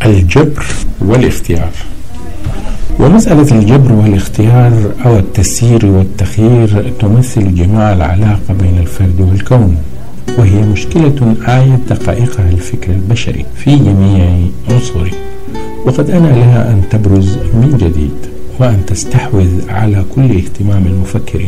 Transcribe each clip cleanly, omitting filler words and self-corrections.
الجبر والاختيار. ومسألة الجبر والاختيار أو التسيير والتخيير تمثل جماع العلاقة بين الفرد والكون، وهي مشكلة آية دقائقها الفكر البشري في جميع عنصره، وقد أنا لها أن تبرز من جديد وأن تستحوذ على كل اهتمام المفكرين،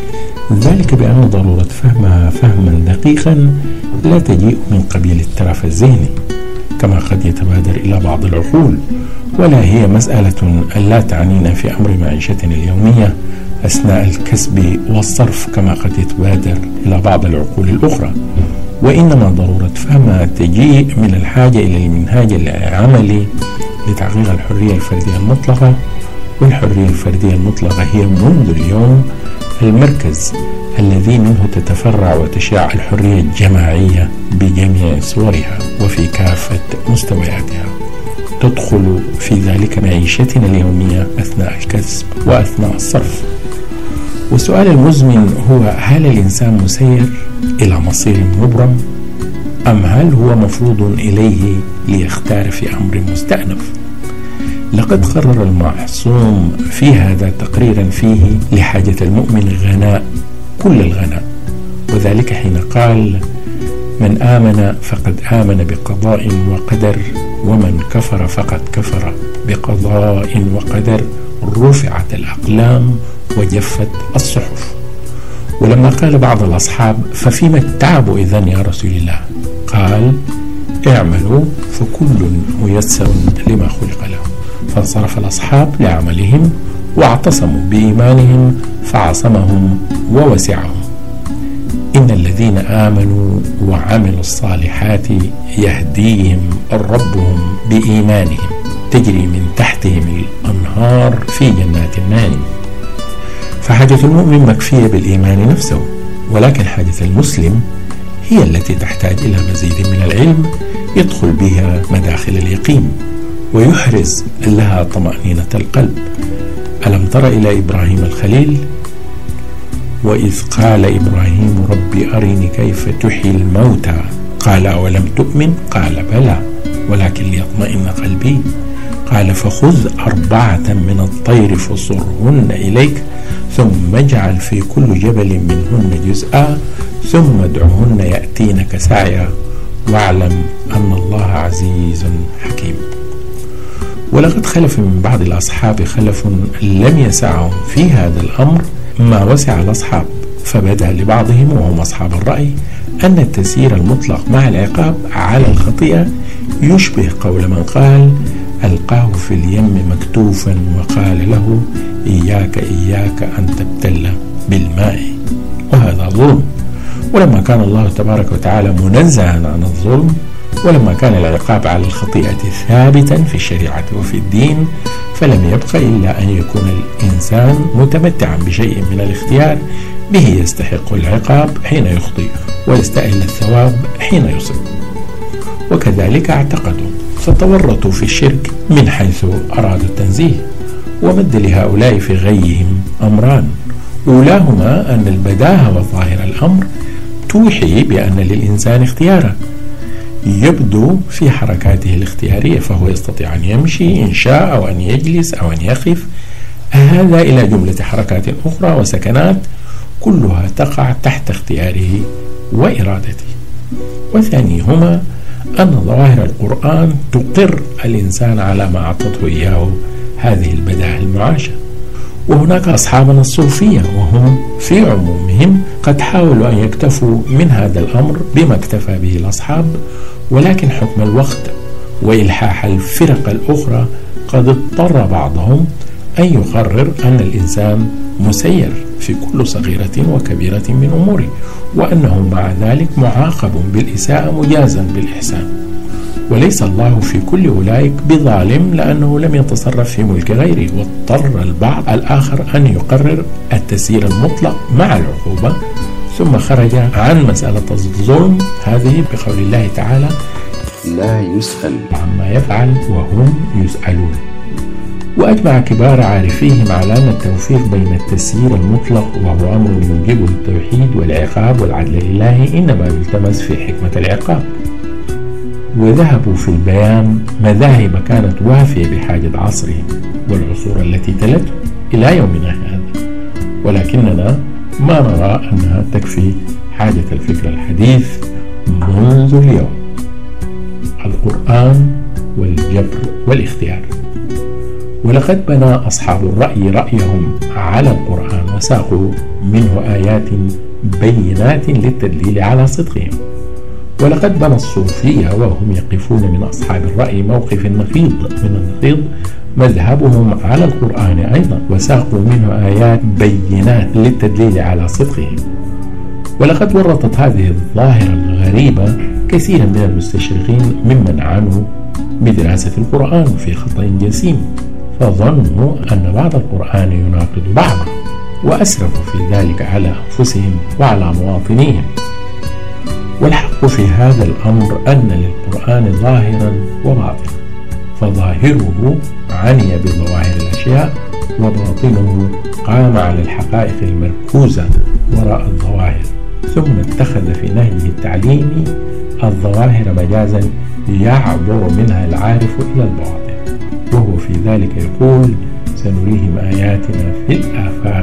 ذلك بأن ضرورة فهمها فهما دقيقا لا تجيء من قبيل الترف الذهني كما قد يتبادر إلى بعض العقول، ولا هي مسألة لا تعنينا في أمر معيشتنا اليومية أثناء الكسب والصرف كما قد يتبادر إلى بعض العقول الأخرى، وإنما ضرورة فهمها تجيء من الحاجة إلى المنهاج العملي لتحقيق الحرية الفردية المطلقة. والحرية الفردية المطلقة هي منذ اليوم المركز الذي منه تتفرع وتشاع الحرية الجماعية بجميع صورها وفي كافة مستوياتها، تدخل في ذلك معيشتنا اليومية أثناء الكسب وأثناء الصرف. والسؤال المزمن هو: هل الإنسان مسير إلى مصير مبرم، أم هل هو مفروض إليه ليختار في أمر مستأنف؟ لقد قرر المعصوم في هذا تقريرا فيه لحاجة المؤمن غناء كل الغناء، وذلك حين قال: من آمن فقد آمن بقضاء وقدر، ومن كفر فقد كفر بقضاء وقدر، رفعت الأقلام وجفت الصحف. ولما قال بعض الأصحاب: ففيما التعب إذن يا رسول الله؟ قال: اعملوا فكل ميسر لما خلق له. فانصرف الأصحاب لعملهم واعتصموا بإيمانهم فعصمهم ووسعهم. إن الذين آمنوا وعملوا الصالحات يهديهم ربهم بإيمانهم تجري من تحتهم الأنهار في جنات النعيم. فحاجة المؤمن مكفية بالإيمان نفسه، ولكن حاجة المسلم هي التي تحتاج إلى مزيد من العلم يدخل بها مداخل اليقين ويحرز لها طمأنينة القلب. ألم تر إلى إبراهيم الخليل وإذ قال إبراهيم رب أرني كيف تحيي الموتى قال أولم تؤمن قال بلى ولكن ليطمئن قلبي قال فخذ 4 من الطير فصرهن إليك ثم اجعل في كل جبل منهن جزءا ثم ادعهن يأتينك سعيا واعلم أن الله عزيز حكيم. ولقد خلف من بعض الأصحاب خلف لم يسعهم في هذا الأمر ما وسع الأصحاب، فبدا لبعضهم وهم أصحاب الرأي أن التسيير المطلق مع العقاب على الخطيئة يشبه قول من قال ألقاه في اليم مكتوفا وقال له إياك أن تبتل بالماء، وهذا ظلم. ولما كان الله تبارك وتعالى منزها عن الظلم، ولما كان العقاب على الخطيئة ثابتا في الشريعة وفي الدين، فلم يبق إلا أن يكون الإنسان متمتعا بشيء من الاختيار به يستحق العقاب حين يخطئ ويستأهل الثواب حين يصب. وكذلك اعتقدوا فتورطوا في الشرك من حيث أرادوا التنزيه، ومد لهؤلاء في غيهم أمران: أولاهما أن البداهة وظاهر الأمر توحي بأن للإنسان اختيارا يبدو في حركاته الاختيارية، فهو يستطيع أن يمشي إن شاء أو أن يجلس أو أن يقف، هذا إلى جملة حركات أخرى وسكنات كلها تقع تحت اختياره وإرادته. وثانيهما أن ظواهر القرآن تقر الإنسان على ما أعطته إياه هذه البداهة المعاشة. وهناك أصحابنا الصوفية وهم في عمومهم قد حاولوا أن يكتفوا من هذا الأمر بما اكتفى به الأصحاب، ولكن حكم الوقت وإلحاح الفرق الأخرى قد اضطر بعضهم أن يقرر أن الإنسان مسير في كل صغيرة وكبيرة من أموره، وأنه مع ذلك معاقب بالإساءة مجازا بالإحسان. وليس الله في كل أولئك بظالم لأنه لم يتصرف في ملك غيره، واضطر البعض الآخر أن يقرر التسيير المطلق مع العقوبة، ثم خرج عن مسألة الظلم هذه بقول الله تعالى لا يسأل عما يفعل وهم يسألون. وأجمع كبار عارفيهم على أن التوفيق بين التسيير المطلق وهو أمر يوجبه التوحيد والعقاب والعدل الإلهي إنما يلتمس في حكمة العقاب. وذهبوا في البيان مذاهب كانت وافية بحاجة عصرهم والعصور التي تلته إلى يومنا هذا، ولكننا ما نرى أنها تكفي حاجة الفكر الحديث منذ اليوم. القرآن والجبر والاختيار. ولقد بنى أصحاب الرأي رأيهم على القرآن وساقوا منه آيات بينات للتدليل على صدقهم. ولقد بنى الصوفية وهم يقفون من أصحاب الرأي موقف النقيض من النقيض مذهبهم على القرآن أيضا، وساقوا منه آيات بينات للتدليل على صدقهم. ولقد ورطت هذه الظاهرة الغريبة كثيرا من المستشرقين ممن عنوا بدراسة القرآن في خطأ جسيم، فظنوا أن بعض القرآن يناقض بعضا، وأسرفوا في ذلك على أنفسهم وعلى مواطنيهم. والحق في هذا الأمر أن للقرآن ظاهرا وباطنا، فظاهره عني بظواهر الأشياء، وباطنه قام على الحقائق المركوزة وراء الظواهر، ثم اتخذ في نهجه التعليمي الظواهر مجازا يعبر منها العارف إلى الباطن، وهو في ذلك يقول: سنريهم آياتنا في الآفاق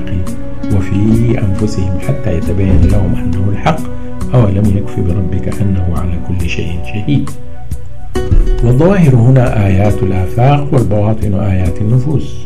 وفي أنفسهم حتى يتبين لهم أنه الحق، أولم يكف بربك أنه على كل شيء شهيد. والظواهر هنا آيات الآفاق، والبواطن آيات النفوس.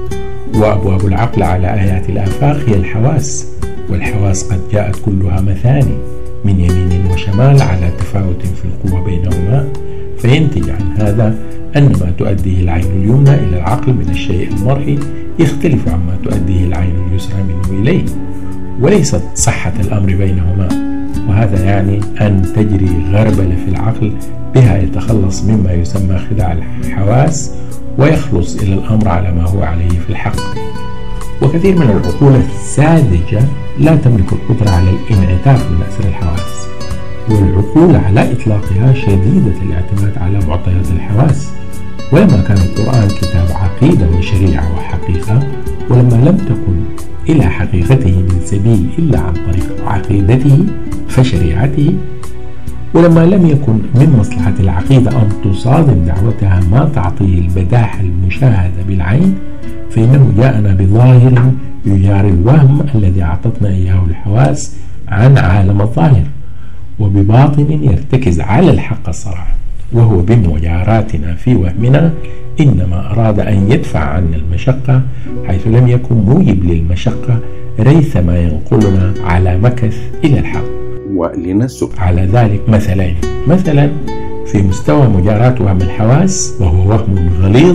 وأبواب العقل على آيات الآفاق هي الحواس، والحواس قد جاءت كلها مثاني من يمين وشمال على تفاوت في القوة بينهما، فينتج عن هذا أن ما تؤديه العين اليمنى إلى العقل من الشيء المرئي يختلف عما تؤديه العين اليسرى منه إليه، وليست صحة الأمر بينهما. وهذا يعني أن تجري غربلة في العقل بها يتخلص مما يسمى خداع الحواس ويخلص إلى الأمر على ما هو عليه في الحق. وكثير من العقول الساذجة لا تملك القدرة على الانعتاف من أثر الحواس، والعقول على إطلاقها شديدة الاعتماد على معطيات الحواس. ولما كان القرآن كتاب عقيدة وشريعة وحقيقة، ولما لم تكن إلى حقيقته من سبيل إلا عن طريق عقيدته فشريعته، ولما لم يكن من مصلحة العقيدة أن تصادم دعوتها ما تعطيه البداحة المشاهدة بالعين، فإنه جاءنا بظاهر يجاري الوهم الذي أعطتنا إياه الحواس عن عالم الظاهر، وبباطن يرتكز على الحق الصراحة، وهو بمجاراتنا في وهمنا إنما أراد أن يدفع عنا المشقة، حيث لم يكن موجب للمشقة ريثما ينقلنا على مكث إلى الحق. ولنسب على ذلك مثلا في مستوى مجاراة وهم الحواس، وهو وهم غليظ،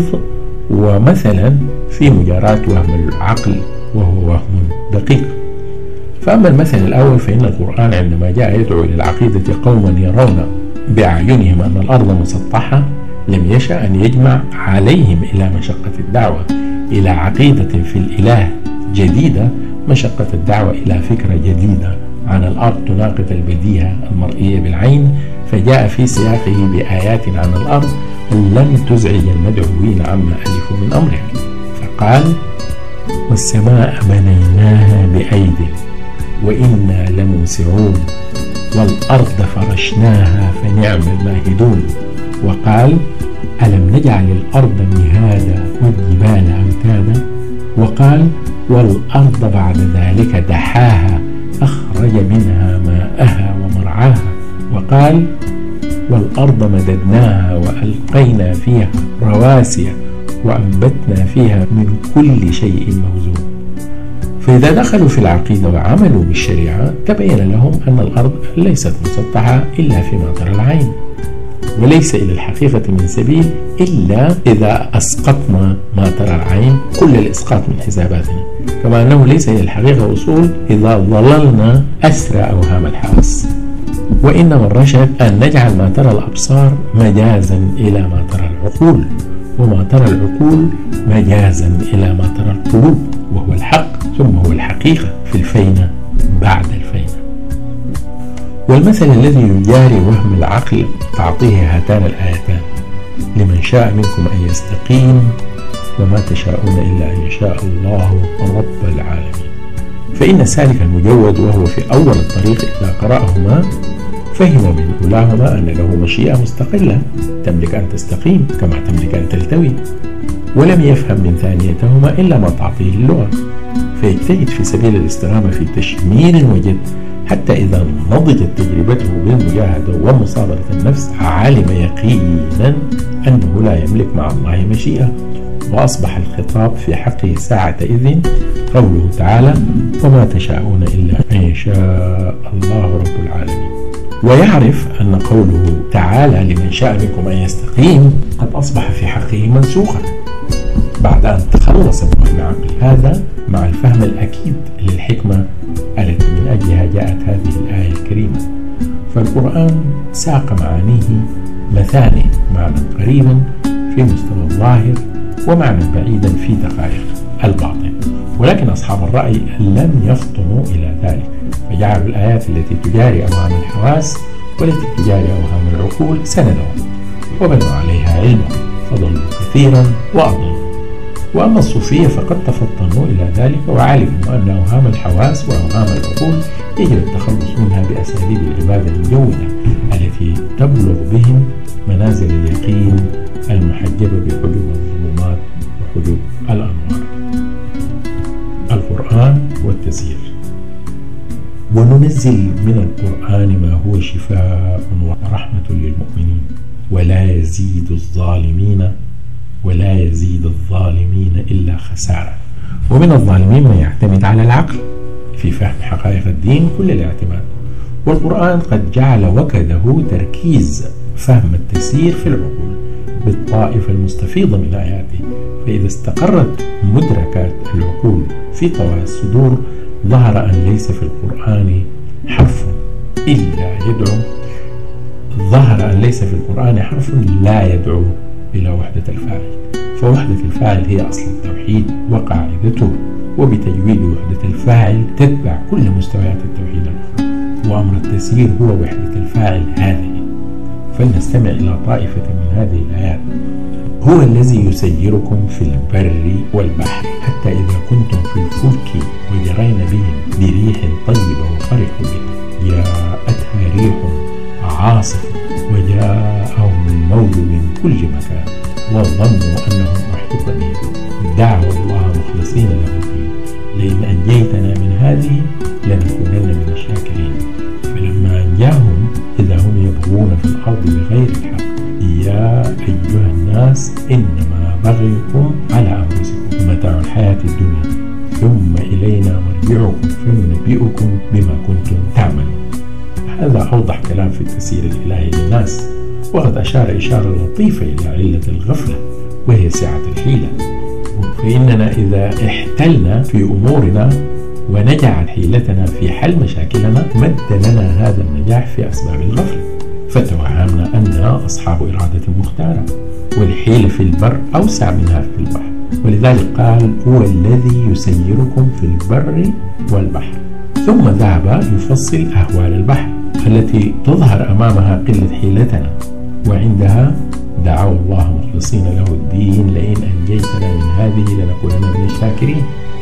ومثلا في مجاراة وهم العقل، وهو وهم دقيق. فأما المثل الأول فإن القرآن عندما جاء يدعو إلى العقيدة قوما يرون بأعينهم أن الأرض مسطحة، لم يشأ أن يجمع عليهم إلى مشقة الدعوة إلى عقيدة في الإله جديدة، مشقة الدعوة إلى فكرة جديدة عن الأرض تناقض البديهة المرئية بالعين، فجاء في سياقه بآيات عن الأرض لم تزعج المدعوين عما ألفوا من أمرها، فقال: والسماء بنيناها بأيد وإنا لموسعون والأرض فرشناها فنعم الماهدون. وقال: ألم نجعل الأرض مهادا والجبال أوتادا. وقال: والأرض بعد ذلك دحاها أخرج منها ماءها ومرعاها. وقال: والأرض مددناها وألقينا فيها رواسي وأنبتنا فيها من كل شيء موزون. فإذا دخلوا في العقيدة وعملوا بالشريعة تبين لهم أن الأرض ليست مسطحة إلا فيما ترى العين، وليس إلى الحقيقة من سبيل إلا إذا أسقطنا ما ترى العين كل الإسقاط من حساباتنا، كما أنه ليس إلى الحقيقة وصول إذا ظللنا أسرى أوهام الحواس. وإنما الرشد أن نجعل ما ترى الأبصار مجازا إلى ما ترى العقول، وما ترى العقول مجازا إلى ما ترى القلوب، وهو الحق ثم هو الحقيقة في الفينة بعد الفينة. والمثل الذي يجاري وهم العقل تعطيه هاتان الآيتان: لمن شاء منكم أن يستقيم وما تشاءون إلا أن يشاء الله رب العالمين. فإن سالك المجود وهو في أول الطريق إذا قرأهما فهم من أولاهما أن له مشيئة مستقلة تملك أن تستقيم كما تملك أن تلتوي، ولم يفهم من ثانيتهما إلا ما تعطيه اللغة، فيجتهد في سبيل الاستقامة في تشمير وجد، حتى إذا نضجت تجربته بالمجاهدة ومصابرة النفس علم يقينا أنه لا يملك مع الله مشيئة، وأصبح الخطاب في حقه ساعة إذن قوله تعالى: وما تشاءون إلا أن يشاء الله رب العالمين. ويعرف أن قوله تعالى لمن شاء منكم أن يستقيم قد أصبح في حقه منسوخا بعد أن تخلص من العقل، هذا مع الفهم الأكيد للحكمة التي من أجلها جاءت هذه الآية الكريمة. فالقرآن ساق معانيه مثاني، معنى قريبا في مستوى الظاهر ومعنى بعيدا في دقائق الباطن، ولكن أصحاب الرأي لم يفطنوا إلى ذلك، فجعلوا الآيات التي تجاري أوهام الحواس والتي تجاري أوهام العقول سندهم، وبنوا عليها علما فضلوا كثيرا وأضلوا. وأما الصوفية فقد تفطنوا إلى ذلك وعلموا أن أوهام الحواس وأوهام العقول يجب التخلص منها بأساليب العبادة المجودة التي تبلغ بهم منازل اليقين المحجبة بحجوب الظلمات وحجوب الأنوار. القرآن والتسيير. وننزل من القرآن ما هو شفاء ورحمة للمؤمنين ولا يزيد الظالمين إلا خسارة. ومن الظالمين من يعتمد على العقل في فهم حقائق الدين كل الاعتماد، والقرآن قد جعل وكده تركيز فهم التسيير في العقول بالطائفة المستفيضة من آياته، فإذا استقرت مدركات العقول في طوى الصدور ظهر أن ليس في القرآن حرف لا يدعو إلى وحدة الفاعل، فوحدة الفاعل هي أصل التوحيد وقاعدته، وبتجويد وحدة الفاعل تتبع كل مستويات التوحيد الأخرى، وأمر التسيير هو وحدة الفاعل هذه. فلنستمع إلى طائفة من هذه الآيات. هو الذي يسيركم في البر والبحر حتى إذا كنتم في الفلك وجرين بهم بريح طيبة وفرحوا بها جاءتها ريح عاصف وجاءهم الموج من كل مكان وظنوا أنهم أحيط بهم دعوا الله مخلصين له الدين لئن أنجيتنا من هذه لنكونن من الشاكرين. فلما أنجاهم إذا هم يبغون في الأرض بغير الحق يا أيها الناس إنما بغيكم على أنفسكم متاع الحياة الدنيا ثم إلينا مرجعكم فننبئكم بما كنتم تعملون. هذا أوضح كلام في التسيير الإلهي للناس، وقد أشار إشارة لطيفة إلى علة الغفلة وهي سعة الحيلة. فإننا إذا احتلنا في أمورنا ونجعل حيلتنا في حل مشاكلنا مد لنا هذا النجاح في أسباب الغفلة، فتوهمنا أننا أصحاب إرادة مختارة، والحيلة في البر أوسع منها في البحر، ولذلك قال هو الذي يسيركم في البر والبحر. ثم ذهب يفصل أهوال البحر التي تظهر أمامها قلة حيلتنا، وعندها دعوا الله مخلصين له الدين لئن أنجيتنا من هذه لنكونن من الشاكرين.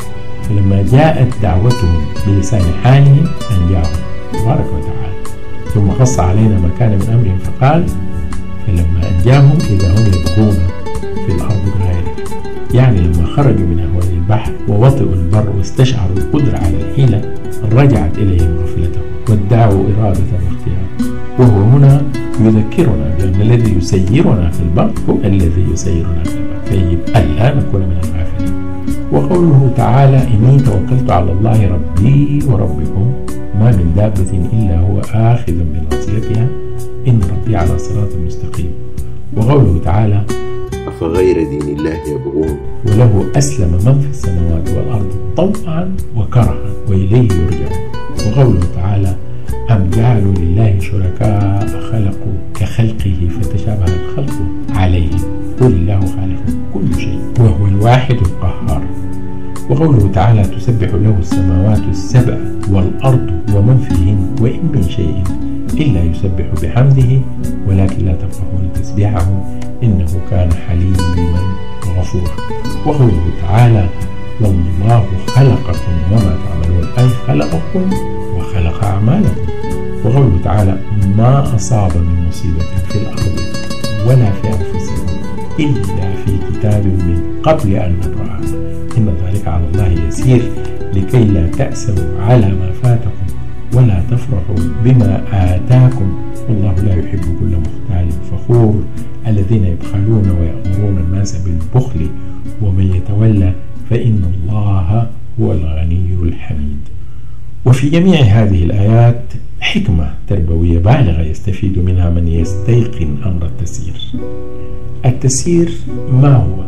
فلما جاءت دعوتهم بلسان حالهم أنجاهم تبارك وتعالى، ثم قص علينا ما كان من أمرهم فقال فلما أنجاهم إذا هم يبغون في الأرض بغيره، يعني لما خرجوا من أهوال البحر ووطئوا البر واستشعروا القدرة على الحيلة رجعت إليهم غفلتهم وادعوا إرادة واختيار. وهو هنا يذكرنا بأن الذي يسيرنا في البر هو الذي يسيرنا في البر، فيجب ألا نكون من الغافلين. وقوله تعالى إني توكلت على الله ربي وربكم ما من دابة إلا هو آخذ بناصيتها إن ربي على صراط مستقيم. وقوله تعالى أفغير دين الله يبغون وله أسلم من في السماوات والأرض طوعا وكرها وإليه يرجعون. وقوله تعالى أم جعلوا لله شركاء خلقوا كخلقه فتشابه الخلق عليهم قل الله خالق كل شيء وهو الواحد القهار. وقوله تعالى تسبح له السماوات السبع والأرض ومن فيهن وإن من شيء إلا يسبح بحمده ولكن لا تفقهون تسبيحهم إنه كان حليما غفورا. وقوله تعالى والله خلقكم وما تعملون أي خلقكم وخلق أعمالكم وقوله تعالى: ما أصاب من مصيبة في الأرض ولا في أنفسكم إلا في كتاب من قبل أن نبرأها إن ذلك على الله يسير لكي لا تأسوا على ما فاتكم ولا تفرحوا بما آتاكم والله لا يحب كل مختال فخور الذين يبخلون ويأمرون الناس بالبخل ومن يتولى فإن الله هو الغني الحميد. وفي جميع هذه الآيات حكمة تربوية بالغة يستفيد منها من يستيقن أمر التسيير. التسيير ما هو؟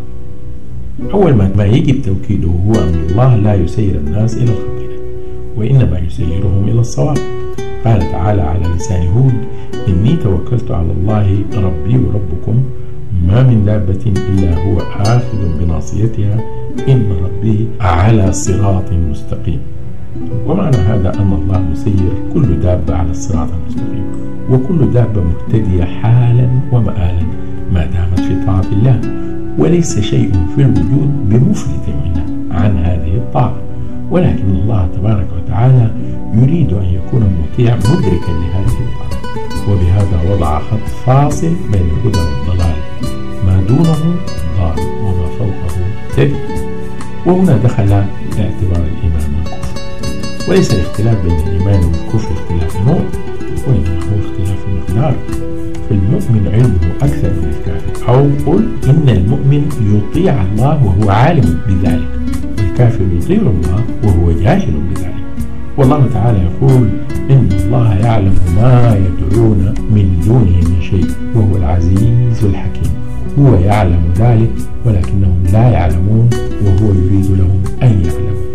أول ما يجب توكيده هو أن الله لا يسير الناس إلى الخطيئة وإنما يسيرهم إلى الصواب. قال تعالى على لسان هود: إني توكلت على الله ربي وربكم ما من دابة إلا هو آخذ بناصيتها إن ربي على صراط مستقيم. ومعنى هذا أن الله مسير كل دابة على الصراط المستقيم، وكل دابة مهتدية حالا ومآلا ما دامت في طاعة الله، وليس شيء في الوجود بمفلت منه عن هذه الطاعة، ولكن الله تبارك وتعالى يريد أن يكون المطيع مدركا لهذه الطاعة، وبهذا وضع خط فاصل بين الهدى والضلال، ما دونه ضال وما فوقه تبع. وهنا دخل اعتبار الإيمان والكفر، وليس الاختلاف بين الإيمان والكفر اختلاف نوع، وإنما هو اختلاف مقدار. فالمؤمن علمه أكثر من الكافر، أو قل إن المؤمن يطيع الله وهو عالم بذلك، والكافر يطيع الله وهو جاهل بذلك. والله تعالى يقول: إن الله يعلم ما يدعون من دونه من شيء وهو العزيز الحكيم. هو يعلم ذلك ولكنهم لا يعلمون، وهو يريد لهم أن يعلموا.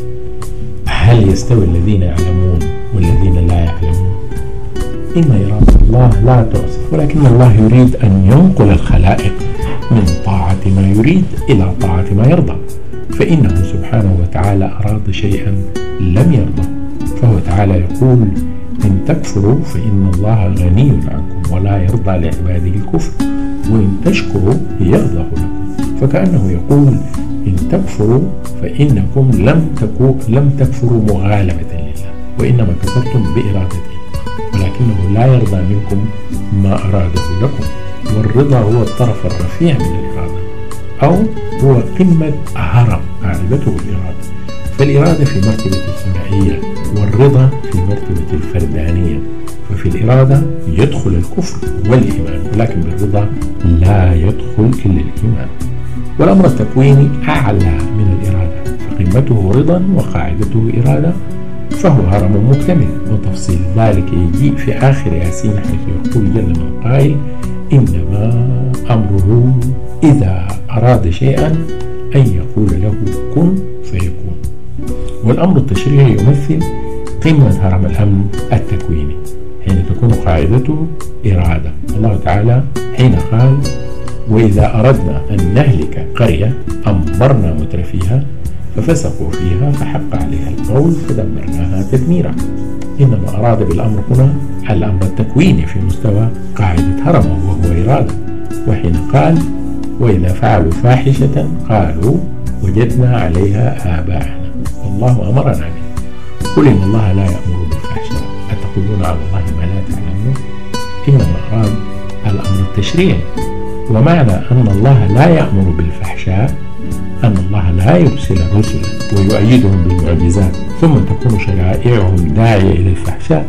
هل يستوي الذين يعلمون والذين لا يعلمون؟ إن إرادة الله لا توصف، ولكن الله يريد أن ينقل الخلائق من طاعة ما يريد إلى طاعة ما يرضى، فإنه سبحانه وتعالى أراد شيئا لم يرضى، فهو تعالى يقول: إن تكفروا فإن الله غني عنكم ولا يرضى لعباده الكفر وإن تشكروا يرضى لكم. فكأنه يقول: إن تكفروا فإنكم لم تكفروا مغالبة لله، وإنما كفرتم بإرادته، ولكنه لا يرضى منكم ما أراده لكم. والرضا هو الطرف الرفيع من الإرادة، أو هو قمة هرم قاعدته الإرادة. فالإرادة في مرتبة الثنائية، والرضا في مرتبة الفردانية. ففي الإرادة يدخل الكفر والإيمان، ولكن بالرضا لا يدخل إلا الإيمان. والأمر التكويني أعلى من الإرادة، فقمته رضا وقاعدته إرادة، فهو هرم مكتمل. وتفصيل ذلك يجيء في آخر ياسين، حيث يقول جل من قائل: إنما أمره إذا أراد شيئا أن يقول له كن فيكون. والأمر التشريعي يمثل قمة هرم الأمن التكويني، حين تكون قاعدته إرادة. الله تعالى حين قال: وإذا أردنا أن نهلك قرية أمرنا مترفيها ففسقوا فيها فحق عليها القول فدمرناها تدميرا. إنما أراد بالأمر هنا الأمر التكويني في مستوى قاعدة هرمه وهو إرادة. وحين قال: وإذا فعلوا فاحشة قالوا وجدنا عليها آباءنا والله أمرنا به. قل إن الله لا يأمر بالفحشاء أتقولون على الله ما لا تعلمون. إنما أراد الأمر التشريعي. ومعنى أن الله لا يأمر بالفحشاء أن الله لا يرسل رسلا ويؤيدهم بالمعجزات ثم تكون شرائعهم داعية إلى الفحشاء.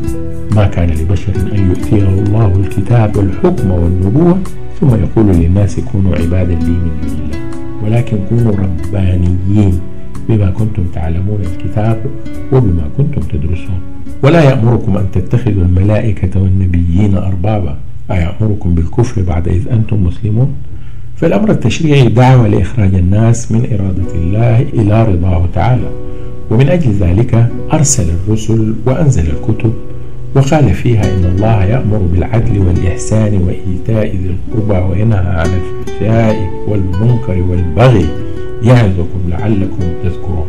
ما كان لبشر أن يؤتيه الله الكتاب والحكم والنبوة ثم يقول للناس كونوا عبادا لي من دون الله، ولكن كونوا ربانيين بما كنتم تعلمون الكتاب وبما كنتم تدرسون. ولا يأمركم أن تتخذوا الملائكة والنبيين أربابا أيأمركم بالكفر بعد إذ أنتم مسلمون. فالأمر التشريعي دعوة لإخراج الناس من إرادة الله إلى رضاه تعالى، ومن أجل ذلك أرسل الرسل وأنزل الكتب وقال فيها: إن الله يأمر بالعدل والإحسان وإيتاء ذي القربى وينهى عن الفحشاء والمنكر والبغي يعظكم لعلكم تذكرون.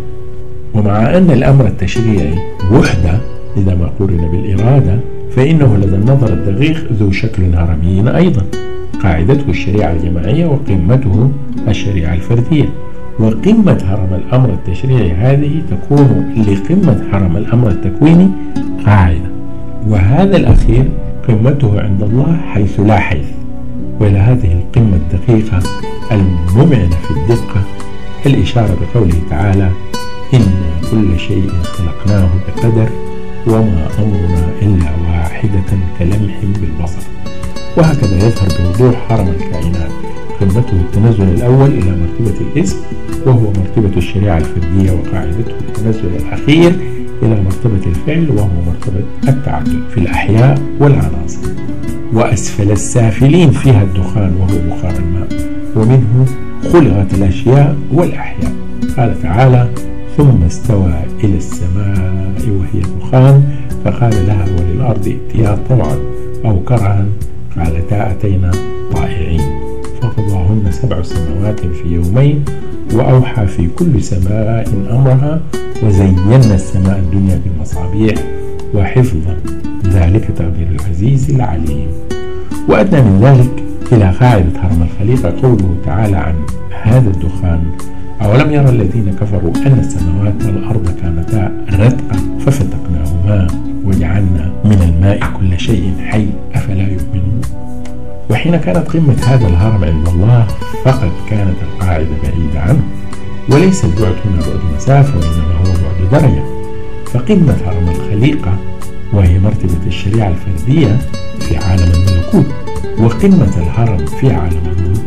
ومع أن الأمر التشريعي وحدة إذا ما قرن بالإرادة، فإنه لدى النظر الدقيق ذو شكل هرمي أيضا، قاعدته الشريعة الجماعية وقمته الشريعة الفردية. وقمة هرم الأمر التشريعي هذه تكون لقمة هرم الأمر التكويني قاعدة، وهذا الأخير قمته عند الله حيث لا حيث. وإلى هذه القمة الدقيقة الممعنة في الدقة الإشارة بقوله تعالى: إن كل شيء خلقناه بقدر وما أمرنا إلا واحدة كلمح بالبصر. وهكذا يظهر بوضوح هرم الكائنات، قمته التنزل الأول إلى مرتبة الاسم وهو مرتبة الشريعة الفردية، وقاعدته التنزل الأخير إلى مرتبة الفعل وهو مرتبة التعدد في الأحياء والعناصر. وأسفل السافلين فيها الدخان وهو بخار الماء، ومنه خلقت الأشياء والأحياء. قال تعالى: ثم استوى إلى السماء وهي دخان فقال لها وللأرض ائتيا طوعا أو كرها قالتا أتينا طائعين فقضاهن 7 سماوات في يومين وأوحى في كل سماء أمرها وزينا السماء الدنيا بمصابيح وحفظا ذلك تقدير العزيز العليم. وأدنى من ذلك إلى قاعدة هرم الخليقة قوله تعالى عن هذا الدخان: أولم يرى الذين كفروا أن السماوات والأرض كانتا رتقا ففتقناهما وجعلنا من الماء كل شيء حي أفلا يؤمنون. وحين كانت قمة هذا الهرم عند الله فقد كانت القاعدة بعيدة عنه، وليس البعد هنا بعد مسافة وإنما هو بعد درجة. فقمة هرم الخليقة وهي مرتبة الشريعة الفردية في عالم الملكوت، وقمة الهرم في عالم الملك،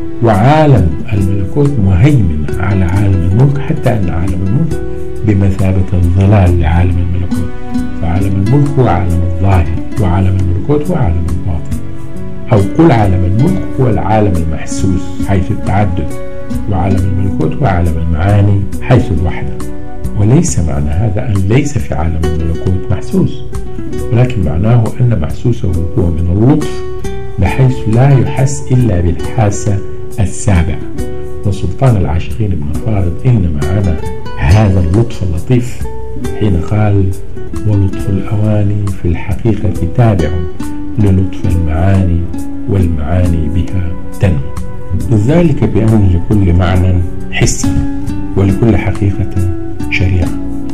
وعالم الملكوت مهيمن على عالم الملك، حتى أن عالم الملك بمثابة الظلال لعالم الملكوت. فعالم الملك هو عالم الظاهر، وعالم الملكوت هو عالم الباطن. أو قل عالم الملك هو العالم المحسوس حيث التعدد، وعالم الملكوت هو عالم المعاني حيث الوحدة. وليس معنى هذا أن ليس في عالم الملكوت محسوس، ولكن معناه أن محسوسه هو من اللطف بحيث لا يحس إلا بالحاسة السابعة. وسلطان العاشقين ابن فارض إنما عانى هذا اللطف اللطيف حين قال: ولطف الأواني في الحقيقة تابع للطف المعاني والمعاني بها تنمو. ذلك بأن لكل معنى حسا ولكل حقيقة شريعة،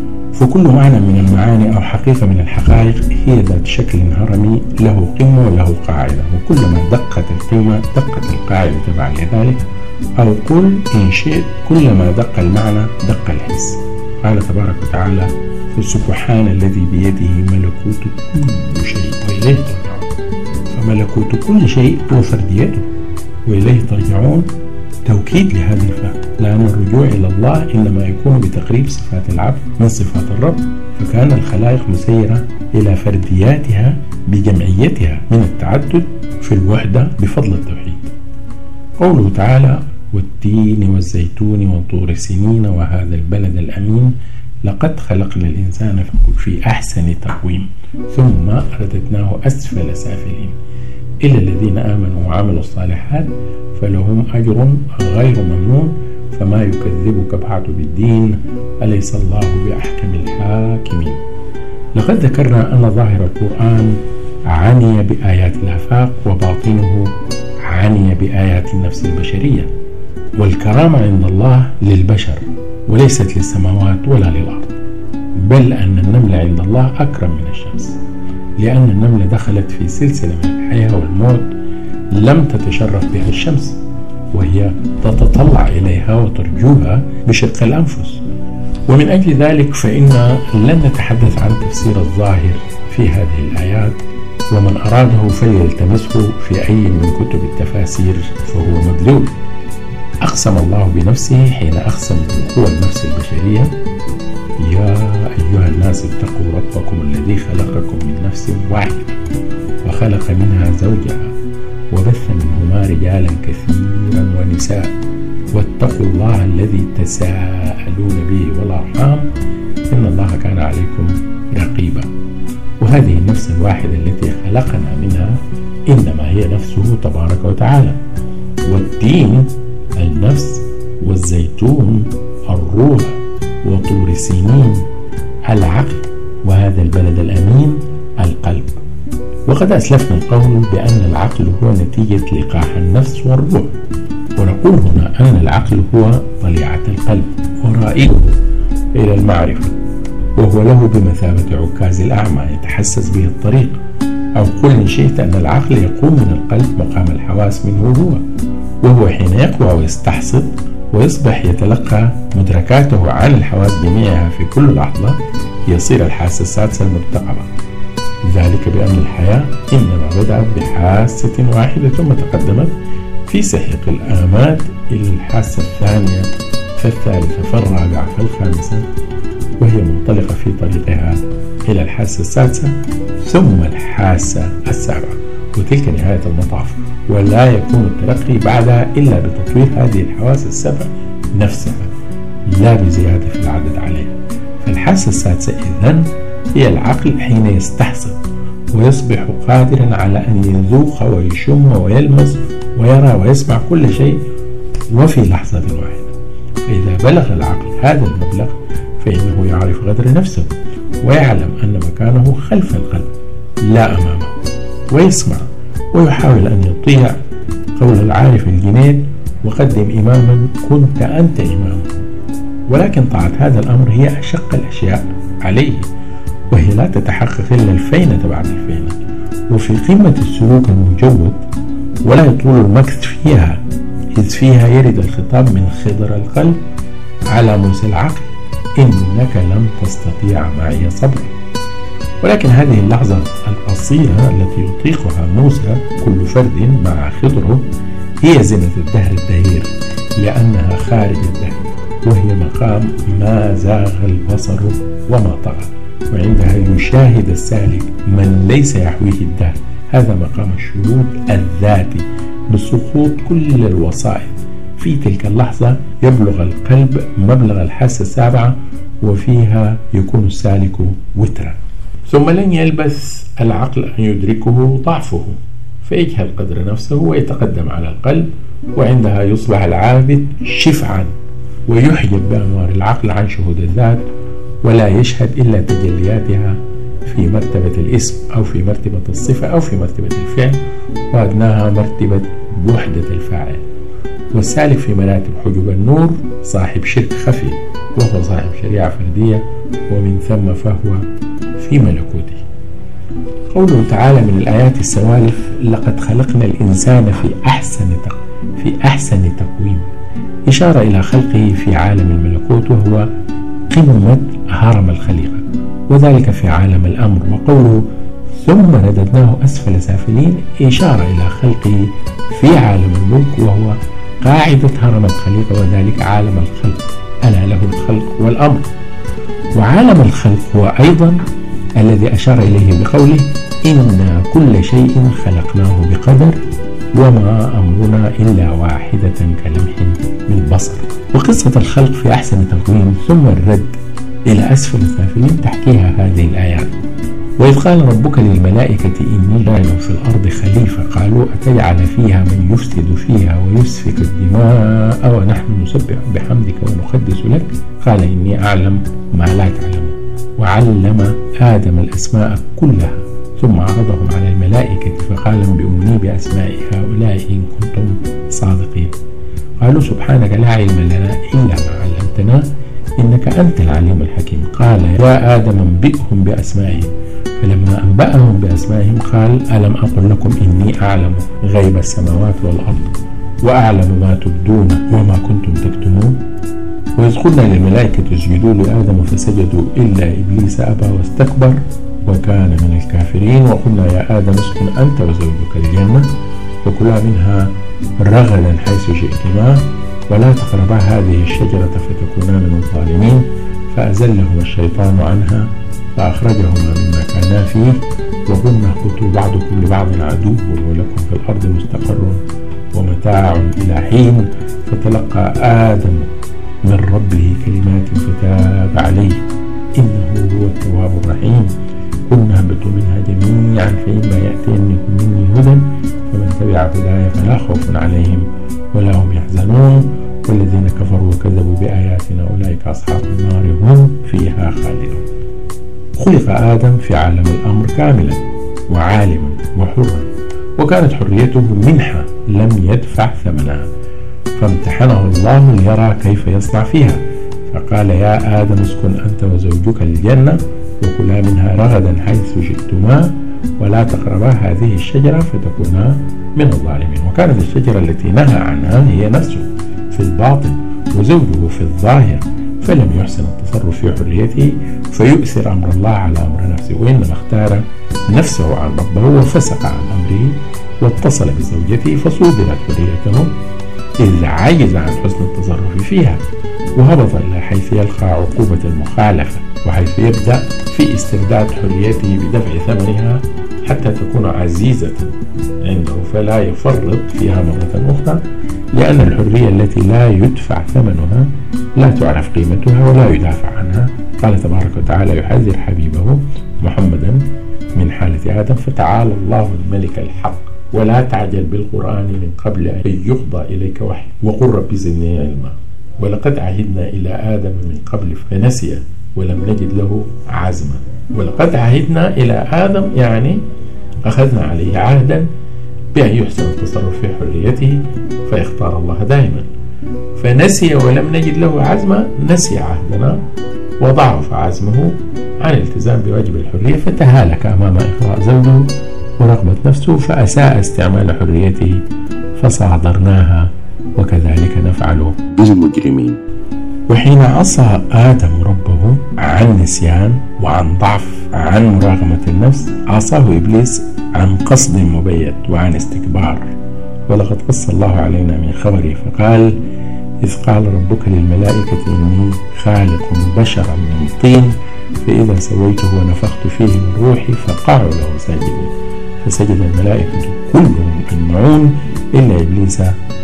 فكل معنى من المعاني أو حقيقة من الحقائق هي ذات شكل هرمي له قمة وله قاعدة، وكلما دقت القمة دقت القاعدة تبعا لذلك. أو قل إن شئت كلما دق المعنى دق الحس. قال تبارك وتعالى: فسبحان الذي بيده ملكوت كل شيء وإليه ترجعون. فملكوت كل شيء هو فرديته وإليه ترجعون توكيد لهذا الفهم، لأن الرجوع إلى الله إنما يكون بتقريب صفات العبد من صفات الرب. فكان الخلائق مسيرة إلى فردياتها بجمعيتها من التعدد في الوحدة بفضل التوحيد. قوله تعالى: والتين والزيتون وطور سينين وهذا البلد الأمين لقد خلقنا الإنسان في أحسن تقويم ثم رددناه أسفل سافلين إلا الذين آمنوا وعملوا الصالحات فلهم أجر غير ممنون فما يكذبك بعد بالدين أليس الله بأحكم الحاكمين. لقد ذكرنا أن ظاهر القرآن عني بآيات الآفاق وباطنه عني بآيات النفس البشرية. والكرامة عند الله للبشر وليست للسماوات ولا للأرض، بل أن النملة عند الله أكرم من الشمس، لأن النملة دخلت في سلسلة من الحياة والموت لم تتشرف بها الشمس، وهي تتطلع إليها وترجوها بشق الأنفس. ومن أجل ذلك فإن لن نتحدث عن تفسير الظاهر في هذه الآيات، ومن أراده فليلتمسه في أي من كتب التفاسير فهو مدلول. أقسم الله بنفسه حين أقسم بوقوع النفس البشرية: يا أيها الناس اتقوا ربكم الذي خلقكم من نفس واحدة وخلق منها زوجها وبث منهما رجالا كثيرا ونساء واتقوا الله الذي تساءلون به والأرحام إن الله كان عليكم رقيبا. وهذه النفس الواحدة التي خلقنا منها إنما هي نفسه تبارك وتعالى. والتين النفس، والزيتون الروح، وطور سينين العقل، وهذا البلد الأمين القلب. وقد أسلفنا القول بأن العقل هو نتيجة لقاح النفس والروح، ونقول هنا أن العقل هو طليعة القلب ورائده إلى المعرفة، وهو له بمثابة عكاز الأعمى يتحسس به الطريق، أو قل إن شئت أن العقل يقوم من القلب مقام الحواس منه هو، وهو حين يقوى ويستحصد ويصبح يتلقى مدركاته عن الحواس جميعها في كل لحظة، يصير الحاسة السادسة المرتقبة. ذلك بأن الحياة إنما بدأت بحاسة واحدة ثم تقدمت في سحيق الآمال إلى الحاسة الثانية فالثالثة فالرابعة فالخامسة، وهي منطلقة في طريقها إلى الحاسة السادسة ثم الحاسة السابعة، وتلك نهاية المطاف. ولا يكون الترقي بعدها إلا بتطوير هذه الحواس السبع نفسها، لا بزيادة في العدد عليها. فالحاسة السادسة إذن هي العقل حين يستحسن ويصبح قادرا على أن يذوق ويشم ويلمس ويرى ويسمع كل شيء وفي لحظة واحدة. فإذا بلغ العقل هذا المبلغ فإنه يعرف قدر نفسه ويعلم أن مكانه خلف القلب لا أمامه، ويسمع ويحاول أن يطيع قول العارف الجنيد: وقدم إماما كنت أنت إمامه. ولكن طاعة هذا الأمر هي أشق الأشياء عليه، وهي لا تتحقق إلا الفينة بعد الفينة، وفي قمة السلوك المجود، ولا يطول المكث فيها، إذ فيها يرد الخطاب من خضر القلب على موسى العقل: إنك لم تستطيع معي صبرا. ولكن هذه اللحظة القصيرة التي يطيقها موسى كل فرد مع خضره هي زينة الدهر الدهير، لأنها خارج الدهر، وهي مقام ما زاغ البصر وما طغى، وعندها يشاهد السالك من ليس يحويه الدهر. هذا مقام الشهود الذاتي بسقوط كل الوسائط. في تلك اللحظة يبلغ القلب مبلغ الحاسة السابعة، وفيها يكون السالك وترا. ثم لن يلبث العقل أن يدركه ضعفه، فيجهل قدر نفسه ويتقدم على القلب، وعندها يصبح العابد شفعا ويحجب بأنوار العقل عن شهود الذات، ولا يشهد إلا تجلياتها في مرتبة الاسم أو في مرتبة الصفة أو في مرتبة الفعل، وأدناها مرتبة وحدة الفاعل. والسالك في مراتب حجب النور صاحب شرك خفي، وهو صاحب شريعة فردية، ومن ثم فهو في ملكوته. قوله تعالى من الآيات السوالف: لقد خلقنا الإنسان في أحسن تقويم، إشارة إلى خلقه في عالم الملكوت، وهو قمة هرم الخليقة، وذلك في عالم الأمر. وقوله ثم رددناه أسفل سافلين إشارة إلى خلقه في عالم الملك، وهو قاعدة هرم الخليقة، وذلك عالم الخلق، ألا له الخلق والأمر. وعالم الخلق هو أيضا الذي أشار إليه بقوله: إنا كل شيء خلقناه بقدر وما أمرنا إلا واحدة كلمح بالبصر. وقصة الخلق في أحسن تقويم ثم الرد إلى أسفل السافلين تحكيها هذه الآيات. وإذ قال ربك للملائكة إني جاعل في الأرض خليفة، قالوا أتجعل فيها من يفسد فيها ويسفك الدماء ونحن نسبح بحمدك ونقدس لك، قال إني أعلم ما لا تعلمون. وعلم آدم الأسماء كلها ثم عرضهم على الملائكة فقال انبئوني بأسماء هؤلاء إن كنتم صادقين. قالوا سبحانك لا علم لنا إلا ما علمتنا إنك أنت العليم الحكيم. قال يا آدم انبئهم بأسمائهم، فلما أنبأهم بأسمائهم قال ألم أقل لكم إني أعلم غيب السماوات والأرض وأعلم ما تبدون وما كنتم تكتمون. وإذ قلنا للملائكة اسجدوا لآدم فسجدوا إلا إبليس أبى واستكبر وكان من الكافرين. وقلنا يا آدم اسكن أنت وزوجك الجنة وكلا منها رغدا حيث شئتما ولا تقربا هذه الشجرة فتكونا من الظالمين. فأزلهما الشيطان عنها فأخرجهما مما كانا فيه وقلنا اهبطوا بعضكم لبعض عدو ولكم في الأرض مستقر ومتاع إلى حين. فتلقى آدم من ربه كلمات فتاب عليه إنه هو التواب الرحيم. قلنا اهبطوا منها جميعا فإما يأتينكم مني هدى فمن تبع هداي فلا خوف عليهم ولا هم يحزنون والذين كفروا وكذبوا بآياتنا أولئك أصحاب النار هم فيها خالدون. خلق آدم في عالم الأمر كاملا وعالما وحرا، وكانت حريته منحة لم يدفع ثمنها، فامتحنه الله ليرى كيف يصنع فيها. فقال يا آدم اسكن أنت وزوجك الجنة وكلا منها رغدا حيث شئتما ولا تقربا هذه الشجرة فتكونا من الظالمين. وكانت الشجرة التي نهى عنها هي نفسه في الباطن وزوجه في الظاهر، فلم يحسن التصرف في حريته فيؤثر أمر الله على أمر نفسه، وإنما اختار نفسه عن ربه وفسق عن أمره واتصل بزوجته فصودرت حريته إذ عجز عن حسن التصرف فيها، وهبط إلى حيث يلقى عقوبة المخالفة وحيث يبدأ في استرداد حريته بدفع ثمنها حتى تكون عزيزة عنده فلا يفرط فيها مرة أخرى، لأن الحرية التي لا يدفع ثمنها لا تعرف قيمتها ولا يدافع عنها. قال تبارك وتعالى يحذر حبيبه محمدا من حالة آدم فتعالى الله الملك الحق ولا تعجل بالقرآن من قبل أن يقضى إليك وحي وقل رب زدني علما ولقد عهدنا إلى آدم من قبل فنسي ولم نجد له عزما. ولقد عهدنا إلى آدم يعني أخذنا عليه عهدا بأن يحسن التصرف في حريته فيختار الله دائما، فنسي ولم نجد له عزما، نسي عهدنا وضعف عزمه عن الالتزام بواجب الحرية فتهالك أمام إغراء زوجه ورغبة نفسه فأساء استعمال حريته فصادرناها وكذلك نفعل بالمجرمين. وحين عصى آدم ربه عن نسيان وعن ضعف عن مراغمة النفس عصاه إبليس عن قصد مبيت وعن استكبار. ولقد قص الله علينا من خبره فقال إذ قال ربك للملائكة إني خالق بشرا من طين فإذا سويته ونفخت فيه من روحي فقعوا له ساجدين فسجد الملائكة كلهم أجمعون إلا إبليس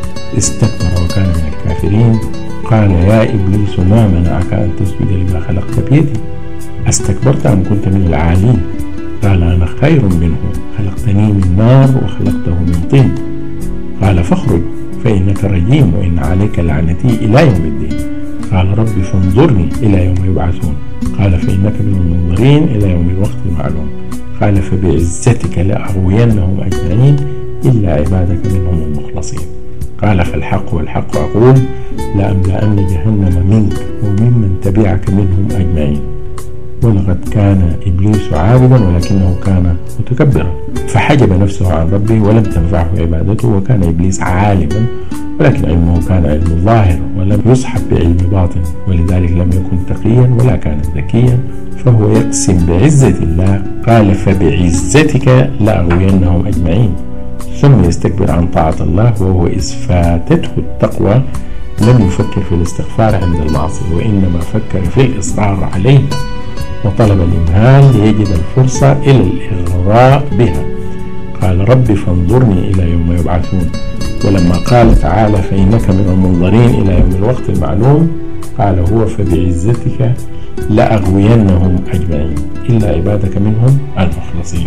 استكبر وكان من الكافرين. قال يا إبليس ما منعك أن تسجد لما خلقت بيدي أستكبرت أم كنت من العالين؟ قال أنا خير منه خلقتني من نار وخلقته من طين. قال فاخرج فإنك رجيم وإن عليك لعنتي إلى يوم الدين. قال رب فانظرني إلى يوم يبعثون. قال فإنك من المنظرين إلى يوم الوقت المعلوم. قال فبعزتك لأغوينهم أجمعين إلا عبادك منهم المخلصين. قال فالحق والحق أقول لأملأن جهنم منك وممن تبعك منهم أجمعين. ولقد كان إبليس عابدا ولكنه كان متكبرا فحجب نفسه عن ربه ولم تنفعه عبادته، وكان إبليس عالما ولكن علمه كان علم ظاهر ولم يصحب بعلم باطن، ولذلك لم يكن تقيا ولا كان ذكيا فهو يقسم بعزة الله قال فبعزتك لأغوينهم أجمعين ثم يستكبر عن طاعة الله، وهو إذ فاتته التقوى لم يفكر في الاستغفار عند المعصية وإنما فكر في الإصرار عليه وطلب الإمهال ليجد الفرصة إلى الإغراء بها. قال رب فانظرني إلى يوم يبعثون. ولما قال تعالى فإنك من المنظرين إلى يوم الوقت المعلوم قال هو فبعزتك لأغوينهم أجمعين إلا عبادك منهم المخلصين.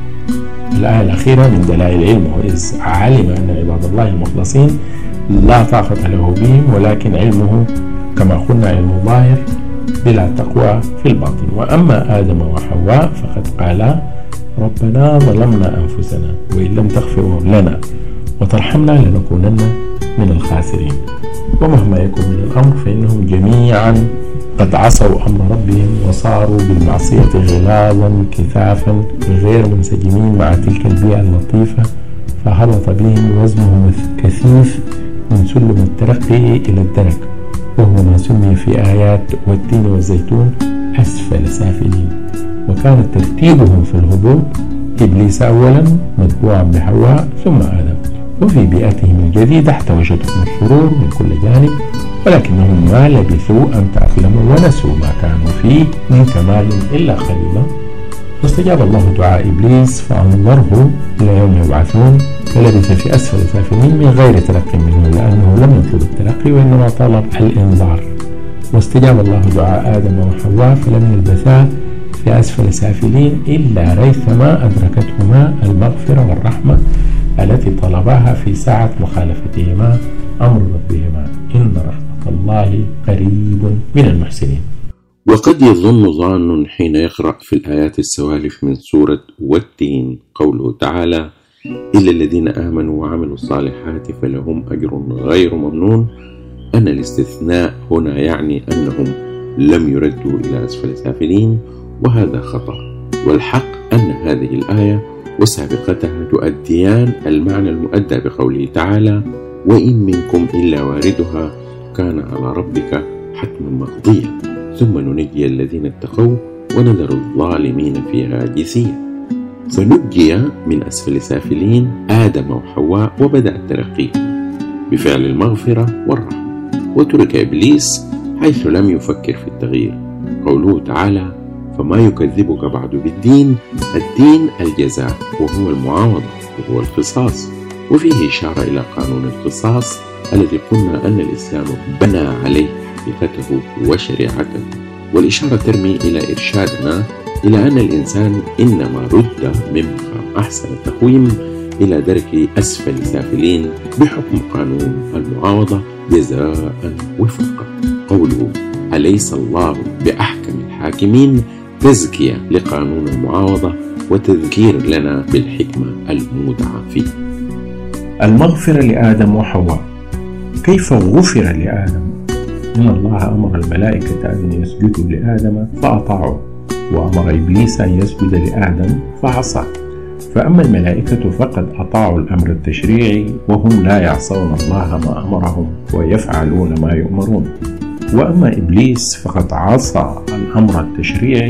الآية الأخيرة من دلائل علمه إذ علم أن عباد الله المخلصين لا طاقة له بهم، ولكن علمه كما قلنا علم ظاهر بلا تقوى في الباطن. وأما آدم وحواء فقد قالا ربنا ظلمنا أنفسنا وإن لم تغفر لنا وترحمنا لنكونن من الخاسرين. ومهما يكن من الأمر فإنهم جميعا قد عصوا أمر ربهم وصاروا بالمعصية غلاظا كثافا غير منسجمين مع تلك البيئة اللطيفة، فهبط بهم وزنهم الكثيف من سلم الترقي إلى الدرك، وهو ما سمي في آيات والتين والزيتون أسفل سافلين. وكان ترتيبهم في الهبوط إبليس أولا متبوعا بحواء ثم آدم، وفي بيئتهم الجديدة احتوجتهم الشرور من كل جانب، ولكنهم ما لبثوا أن تأقلموا ونسوا ما كانوا فيه من كمال إلا قليلا. فاستجاب الله دعاء إبليس فأنظره إلى يوم يبعثون فلبث في أسفل سافلين من غير تلقي منه لأنه لم يطلب التلقي وإنما طلب الإنذار. واستجاب الله دعاء آدم وحواء فلم يلبثا في أسفل سافلين إلا ريثما أدركتهما المغفرة والرحمة التي طلباها في ساعة مخالفتهما أمر ربهما إن رحمة الله قريب من المحسنين. وقد يظن ظان حين يقرأ في الآيات السوالف من سورة والتين قوله تعالى إلا الذين آمنوا وعملوا الصالحات فلهم أجر غير ممنون أن الاستثناء هنا يعني أنهم لم يردوا إلى أسفل سافلين، وهذا خطأ. والحق أن هذه الآية وسابقتها تؤديان المعنى المؤدى بقوله تعالى: وإن منكم إلا واردها كان على ربك حتما مقضيا ثم ننجي الذين اتقوا ونذر الظالمين فيها جثيا. فنجي من أسفل سافلين آدم وحواء وبدأ الترقي بفعل المغفرة والرحمة، وترك إبليس حيث لم يفكر في التغيير. قوله تعالى: فما يكذبك بعد بالدين، الدين الجزاء وهو المعاوضة وهو القصاص، وفيه إشارة إلى قانون القصاص الذي قلنا أن الإسلام بنى عليه حقيقته وشريعته. والإشارة ترمي إلى إرشادنا إلى أن الإنسان إنما رد من مقام أحسن التقويم إلى درك أسفل سافلين بحكم قانون المعاوضة جزاء وفقا. قوله: أليس الله بأحكم الحاكمين تزكية لقانون المعاوضة وتذكير لنا بالحكمة المودعة فيه. المغفرة لآدم وحواء. كيف غفر لآدم؟ إن الله أمر الملائكة أن يسجدوا لآدم فأطاعوا، وأمر إبليس أن يسجد لآدم فعصى. فأما الملائكة فقد أطاعوا الأمر التشريعي وهم لا يعصون الله ما أمرهم ويفعلون ما يؤمرون، وأما إبليس فقد عصى الأمر التشريعي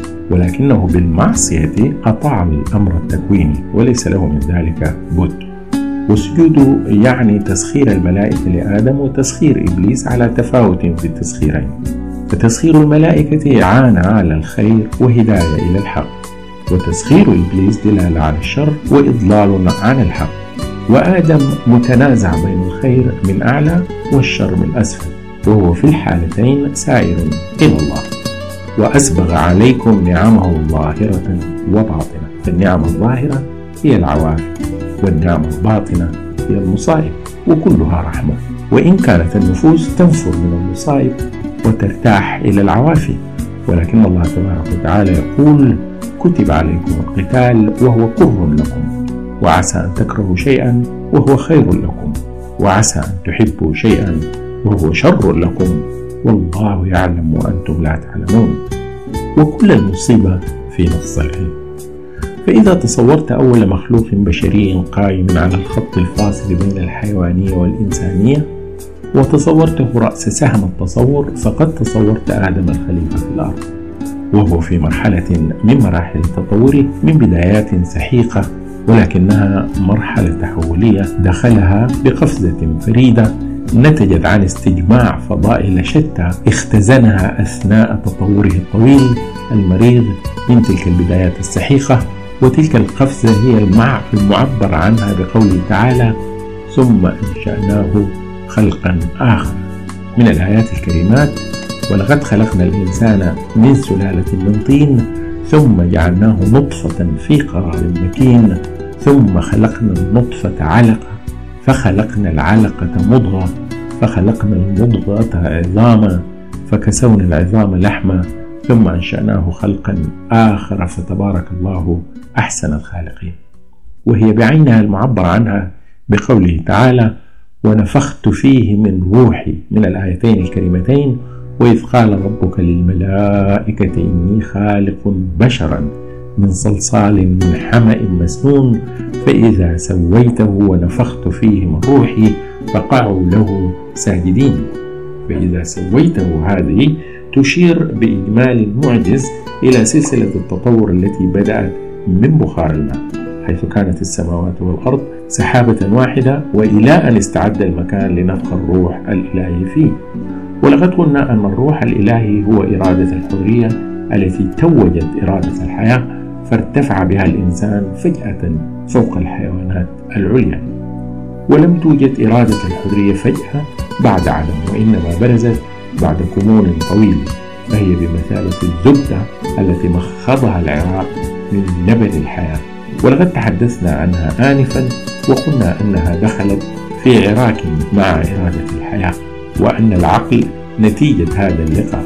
ولكنه بالمعصية أطاع الأمر التكويني وليس له من ذلك بد. والسجود يعني تسخير الملائكة لآدم وتسخير إبليس على تفاوت في التسخيرين، فتسخير الملائكة إعانة على الخير وهداية إلى الحق، وتسخير إبليس دلالة على الشر وإضلال عن الحق. وآدم متنازع بين الخير من أعلى والشر من أسفل، وهو في الحالتين سائر إلى الله. وأسبغ عليكم نعمه ظاهرة وباطنة، فالنعم الظاهرة هي العوافي، والنعم الباطنة هي المصائب، وكلها رحمة. وإن كانت النفوس تنفر من المصائب وترتاح إلى العوافي، ولكن الله تبارك وتعالى يقول: كتب عليكم القتال وهو كره لكم، وعسى أن تكرهوا شيئا وهو خير لكم، وعسى أن تحبوا شيئا وهو شر لكم، والله يعلم وأنتم لا تعلمون. وكل المصيبة في نقص العلم. فإذا تصورت أول مخلوق بشري قائم على الخط الفاصل بين الحيوانية والإنسانية وتصورته رأس سهم التصور، فقد تصورت آدم الخليفة في الأرض، وهو في مرحلة من مراحل تطوره من بدايات سحيقة، ولكنها مرحلة تحولية دخلها بقفزة فريدة نتجت عن استجماع فضائل شتى اختزنها أثناء تطوره الطويل المريض من تلك البدايات السحيقة. وتلك القفزة هي المعبر عنها بقوله تعالى: ثم أنشأناه خلقا آخر. من الآيات الكريمات: ولقد خلقنا الإنسان من سلالة من طين ثم جعلناه نطفة في قرار مكين ثم خلقنا النطفة علقة فخلقنا العلقة مضغة فخلقنا المضغة عظاما فكسونا العظام لحما ثم أنشأناه خلقا آخر فتبارك الله أحسن الخالقين. وهي بعينها المعبر عنها بقوله تعالى: ونفخت فيه من روحي، من الآيتين الكريمتين: وإذ قال ربك للملائكة إني خالق بشرا من صلصال من حمأ مسنون فإذا سويته ونفخت فيه من روحي فقعوا له ساجدين. فإذا سويته هذه تشير بإجمال المعجز إلى سلسلة التطور التي بدأت من بخار الماء، حيث كانت السماوات والأرض سحابة واحدة، وإلى أن استعد المكان لنفخ الروح الإلهي فيه. ولقد قلنا أن الروح الإلهي هو إرادة الحرية التي توجت إرادة الحياة، فارتفع بها الإنسان فجأة فوق الحيوانات العليا. ولم توجد إرادة الحرية فجأة بعد عدم، وإنما برزت بعد كمون طويل، فهي بمثابة الزبدة التي مخضها العراق من لبن الحياة. ولقد تحدثنا عنها آنفا وقلنا أنها دخلت في عراك مع إرادة الحياة، وأن العقل نتيجة هذا اللقاء.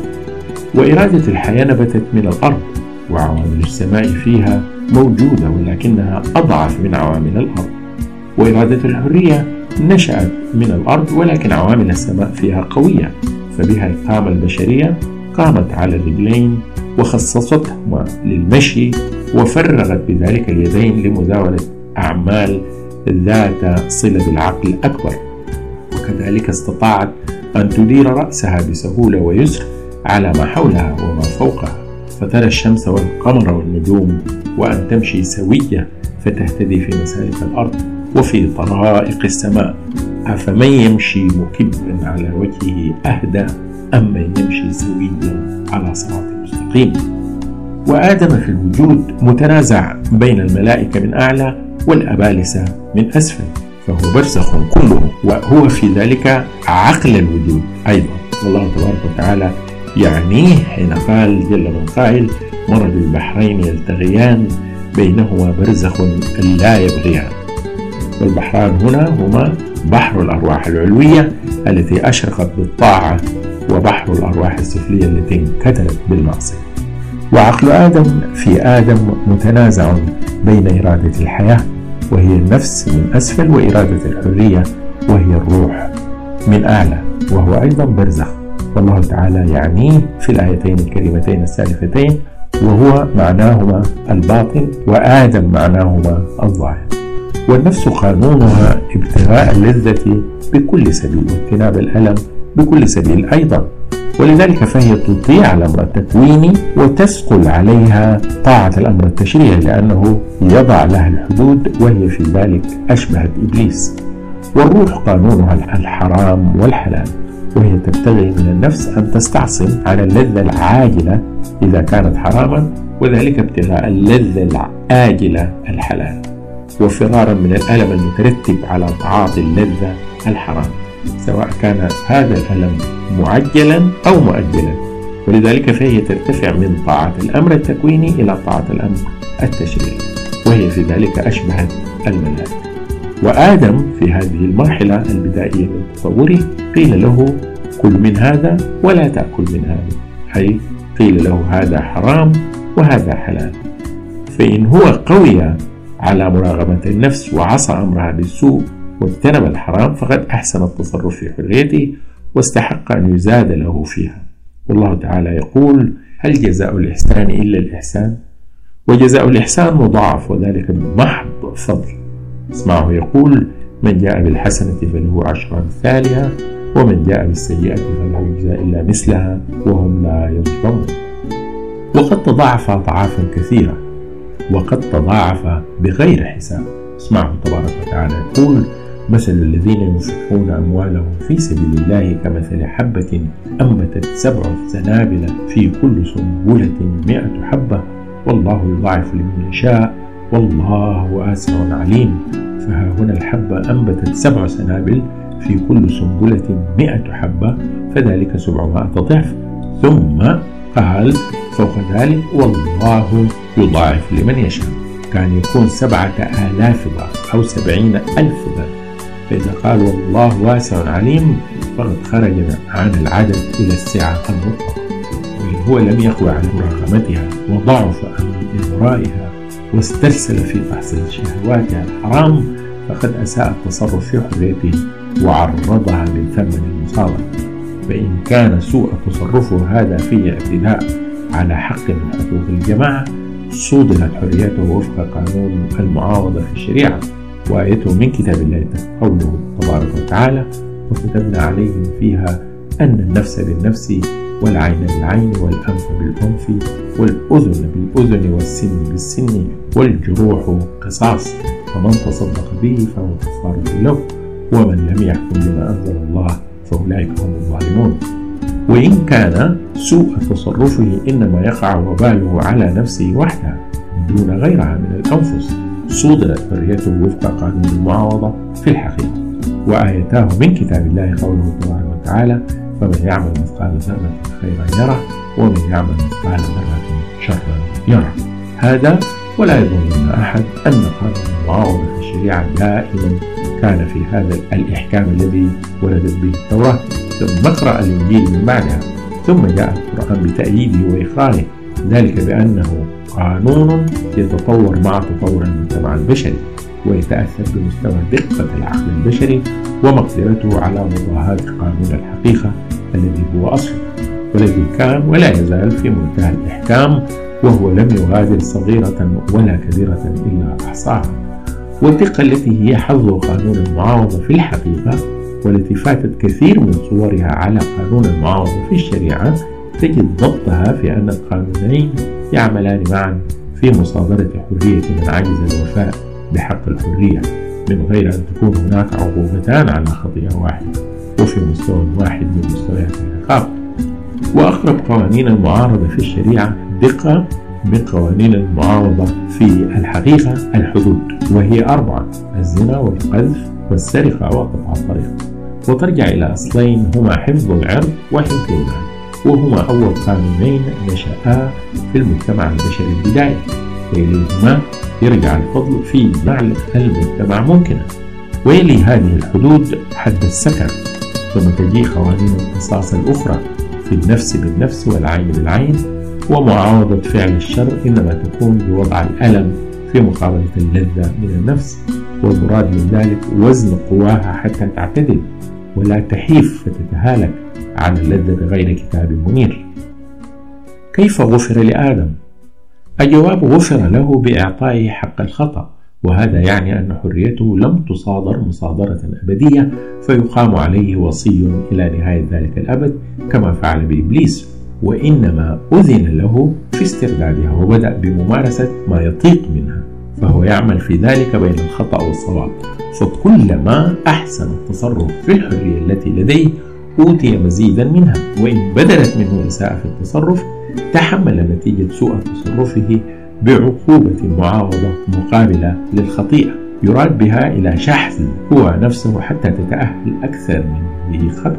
وإرادة الحياة نبتت من الأرض، وعوامل السماء فيها موجودة ولكنها أضعف من عوامل الأرض. وإرادة الحرية نشأت من الأرض، ولكن عوامل السماء فيها قوية، فبها القامة البشرية قامت على الرجلين وخصصتهما للمشي، وفرغت بذلك اليدين لمزاولة أعمال ذات صلة بالعقل الأكبر، وكذلك استطاعت أن تدير رأسها بسهولة ويسر على ما حولها وما فوقها، فترى الشمس والقمر والنجوم، وأن تمشي سوية فتهتدي في مسالك الأرض وفي طرائق السماء. أفمن يمشي مكبا على وجهه أهدى أم من يمشي سويا على صراط مستقيم. وآدم في الوجود متنازع بين الملائكة من أعلى والأبالسة من أسفل، فهو برزخ كله، وهو في ذلك عقل الوجود أيضا. والله تبارك وتعالى يعنيه حين قال جل من قائل: مرج البحرين يلتغيان بينهما برزخ لا يبغيان. والبحران هنا هما بحر الأرواح العلوية التي أشرقت بالطاعة، وبحر الأرواح السفلية التي انكدرت بالمعصية. وعقل آدم في آدم متنازع بين إرادة الحياة وهي النفس من أسفل، وإرادة الحرية وهي الروح من أعلى، وهو أيضا برزخ. والله تعالى يعنيه في الآيتين الكريمتين السالفتين، وهو معناهما الباطن وآدم معناهما الظاهر. والنفس قانونها ابتغاء اللذة بكل سبيل واجتناب الألم بكل سبيل أيضا، ولذلك فهي تطيع الأمر التكويني وتثقل عليها طاعة الأمر التشريعي، لأنه يضع لها الحدود، وهي في ذلك أشبهت إبليس. والروح قانونها الحرام والحلال، وهي تبتغي من النفس أن تستعصم على اللذة العاجلة إذا كانت حراما، وذلك ابتغاء اللذة العاجلة الحلال، وفرارا من الألم المترتب على تعاطي اللذة الحرام، سواء كان هذا الألم معجلا أو مؤجلا. ولذلك فهي ترتفع من طاعة الأمر التكويني إلى طاعة الأمر التشريعي، وهي في ذلك أشبهت الملائكة. وآدم في هذه المرحلة البدائية من تطوره قيل له: كل من هذا ولا تأكل من هذا، أي قيل له هذا حرام وهذا حلال. فإن هو قوي على مراغمة النفس وعصى أمرها بالسوء واجتنب الحرام، فقد أحسن التصرف في حريته واستحق أن يزاد له فيها. والله تعالى يقول: هل جزاء الإحسان إلا الإحسان؟ وجزاء الإحسان مضاعف، وذلك بمحض فضل. اسمعه يقول: من جاء بالحسنة فله 10 أمثالها، ومن جاء بالسيئة فلا يجزى إلا مثلها وهم لا يظلمون. وقد تضاعف أضعافا كثيرة، وقد تضاعف بغير حساب. اسمعه تبارك وتعالى يقول: مثل الذين ينفقون أموالهم في سبيل الله كمثل حبة أنبتت 7 سنابل في كل سنبلة 100 حبة، والله يضاعف لمن يشاء والله واسع عليم. فها هنا الحبة أنبتت 7 سنابل في كل سنبلة 100 حبة، فذلك 700 ضعف. ثم قال فوق ذلك: والله يضاعف لمن يشاء. كان يكون 7000 ضعف أو 70,000 ضعف. فإذا قال والله واسع عليم فقد خرجنا عن العدد إلى السعة المطلقة. وإن هو لم يقوى على مراقمتها وضعف عن إضرائها واسترسل في تحصيل شهواتها الحرام، فقد أساء التصرف في حريته وعرضها للثمن المصادر. فإن كان سوء تصرفه هذا فيه اعتداء على حق من حقوق الجماعة، صودرت حريته وفق قانون المعاوضة في الشريعة. وآيته من كتاب الله قوله تبارك وتعالى: وكتبنا عليهم فيها أن النفس بالنفس والعين بالعين والأنف بالأنف والأذن بالأذن والسن بالسن والجروح قصاص، فمن تصدق به فهو كفارة له، ومن لم يحكم بما أنزل الله فأولئك هم الظالمون. وإن كان سوء تصرفه إنما يقع وباله على نفسه وحدها دون غيرها من الأنفس، صودرت حريته وفق قانون المعاوضة في الحقيقة. وآيتاه من كتاب الله قوله تبارك وتعالى: فمن يعمل مثقال ذرة خيرا يره، ومن يعمل مثقال ذرة شرا يره. هذا ولا يظن أحد أن قانون المعاوضة في الشريعة دائما كان في هذا الإحكام الذي ولدت به التوراة، ثم اقرأ الإنجيل من بعدها، ثم جاء القرآن بتأييده وإقراره، ذلك بأنه قانون يتطور مع تطور المجتمع البشري. ويتأثر بمستوى دقة العقل البشري ومقدرته على مضاهاة قانون الحقيقة الذي هو أصله، والذي كان ولا يزال في منتهى الإحكام، وهو لم يغادر صغيرة ولا كبيرة إلا أحصاها. والدقة التي هي حظ قانون المعاوضة في الحقيقة، والتي فاتت كثير من صورها على قانون المعاوضة في الشريعة، تجد ضبطها في أن القانونين يعملان معا في مصادرة حرية من عجز الوفاء بحق الحرية، من غير أن تكون هناك عقوبتان على خطيئة واحدة وفي مستوى واحد من مستويات العقاب. وأقرب قوانين المعارضة في الشريعة دقة من قوانين المعاوضة في الحقيقة الحدود، وهي 4: الزنا والقذف والسرقة وقطع الطريق. وترجع إلى أصلين هما حفظ العرض وحفظ المال، وهما أول قانونين نشأا في المجتمع البشري البدائي، وإليهما يرجع الفضل في جعل المجتمع ممكنا. ويلي هذه الحدود حد السكن، ثم تجي قوانين القصاص الأخرى في النفس بالنفس والعين بالعين. ومعاوضة فعل الشر إنما تكون بوضع الألم في مقابلة اللذة من النفس، والمراد من ذلك وزن قواها حتى تعتدل ولا تحيف فتتهالك عن اللذة بغير كتاب منير. كيف غفر لآدم؟ الجواب: غفر له بإعطائه حق الخطأ، وهذا يعني أن حريته لم تصادر مصادرة أبدية فيقام عليه وصي إلى نهاية ذلك الأبد كما فعل بإبليس، وإنما أذن له في استردادها وبدأ بممارسة ما يطيق منها، فهو يعمل في ذلك بين الخطأ والصواب. فكلما أحسن التصرف في الحرية التي لديه أوتي مزيدا منها، وإن بدلت منه إساءة في التصرف تحمل نتيجة سوء تصرفه بعقوبة معاوضة مقابلة للخطيئة يراد بها إلى شحذ هو نفسه حتى تتأهل أكثر من ذي خطأ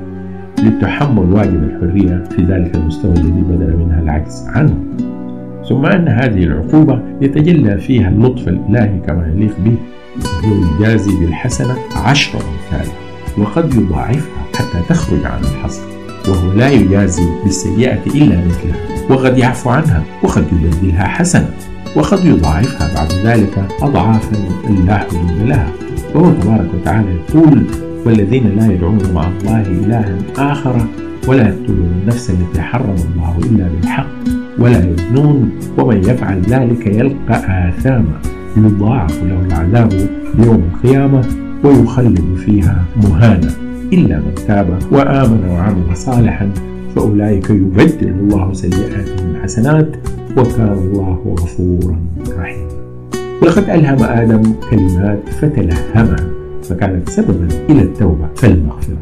لتحمل واجب الحرية في ذلك المستوى الذي بدل منها العجز عنه. ثم أن هذه العقوبة يتجلى فيها اللطف الإلهي كما يليق به، وهو يجازي بالحسنة 10 أمثالها، وقد يضاعفها حتى تخرج عن الحصر، وهو لا يجازي بالسيئة إلا مثلها، وقد يعفو عنها، وقد يبدلها حسنة، وقد يضاعفها بعد ذلك أضعافا لا حدود لها. وهو تبارك وتعالى يقول: والذين لا يدعون مع الله إلها آخر ولا يقتلون النفس التي حرم الله إلا بالحق ولا يزنون ومن يفعل ذلك يلقى آثاما يضاعف له العذاب يوم القيامة ويخلد فيها مهانا إلا من تاب وآمن وعمل صالحا فأولئك يبدل الله سيئاتهم حسنات وكان الله غفورا رحيما. ولقد ألهم آدم كلمات فتلهمها فكانت سببا إلى التوبة فالمغفرة،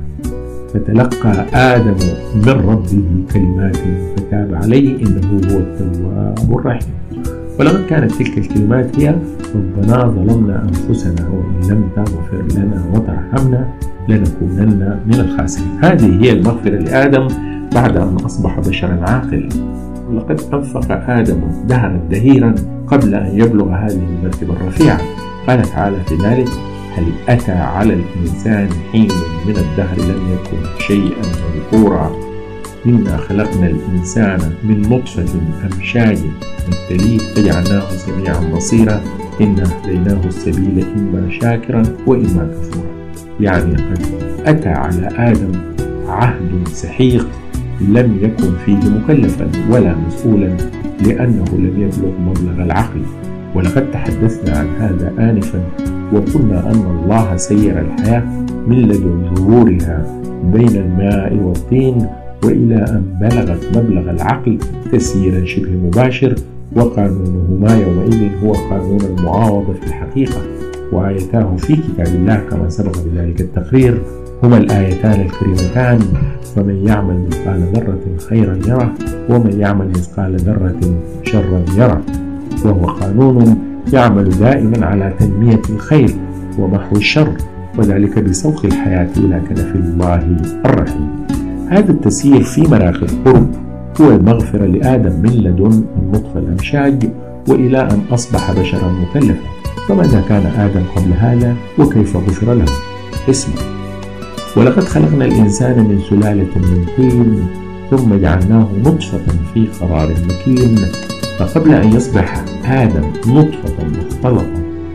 فتلقى آدم من ربه كلمات فتاب عليه إنه هو التواب الرحيم. ولقد كانت تلك الكلمات هي: ربنا ظلمنا أنفسنا وإن لم تغفر لنا وترحمنا لنكونن من الخاسرين. هذه هي المغفرة لآدم بعد أن أصبح بشرا عاقلا. ولقد أنفق آدم دهرا دهيرا قبل أن يبلغ هذه المرتبة الرفيعة. قال تعالى في ذلك: هل أتى على الإنسان حين من الدهر لم يكن شيئا مذكورا إنا خلقنا الإنسان من نطفة أمشاج نبتليه فجعلناه سميعا بصيرا إنا هديناه السبيل إما شاكرا وإما كفورا. يعني قد أتى على آدم عهد سحيق لم يكن فيه مكلفا ولا مسؤولا لأنه لم يبلغ مبلغ العقل. ولقد تحدثنا عن هذا آنفا وقلنا أن الله سير الحياة من لدن ظهورها بين الماء والطين وإلى أن بلغت مبلغ العقل تسييرا شبه مباشر، وقانونهما يومئذ هو قانون المعاوضة في الحقيقة. وآيتاه في كتاب الله كما سبق بذلك التقرير هما الآيتان الكريمتان: فمن يعمل مثقال ذرة خيرا يره ومن يعمل مثقال ذرة شرا يره. وهو قانون يعمل دائما على تنمية الخير ومحو الشر، وذلك بسوق الحياة إلى كنف الله الرحيم. هذا التسيير في مراحل القرب هو المغفرة لآدم من لدن النطفة الأمشاج وإلى أن أصبح بشرا مكلفا. فماذا كان آدم قبل هذا وكيف غفر له؟ اسمع: ولقد خلقنا الإنسان من سلالة من طين ثم جعلناه نطفة في قرار مكين. فقبل أن يصبح آدم نطفة مختلطة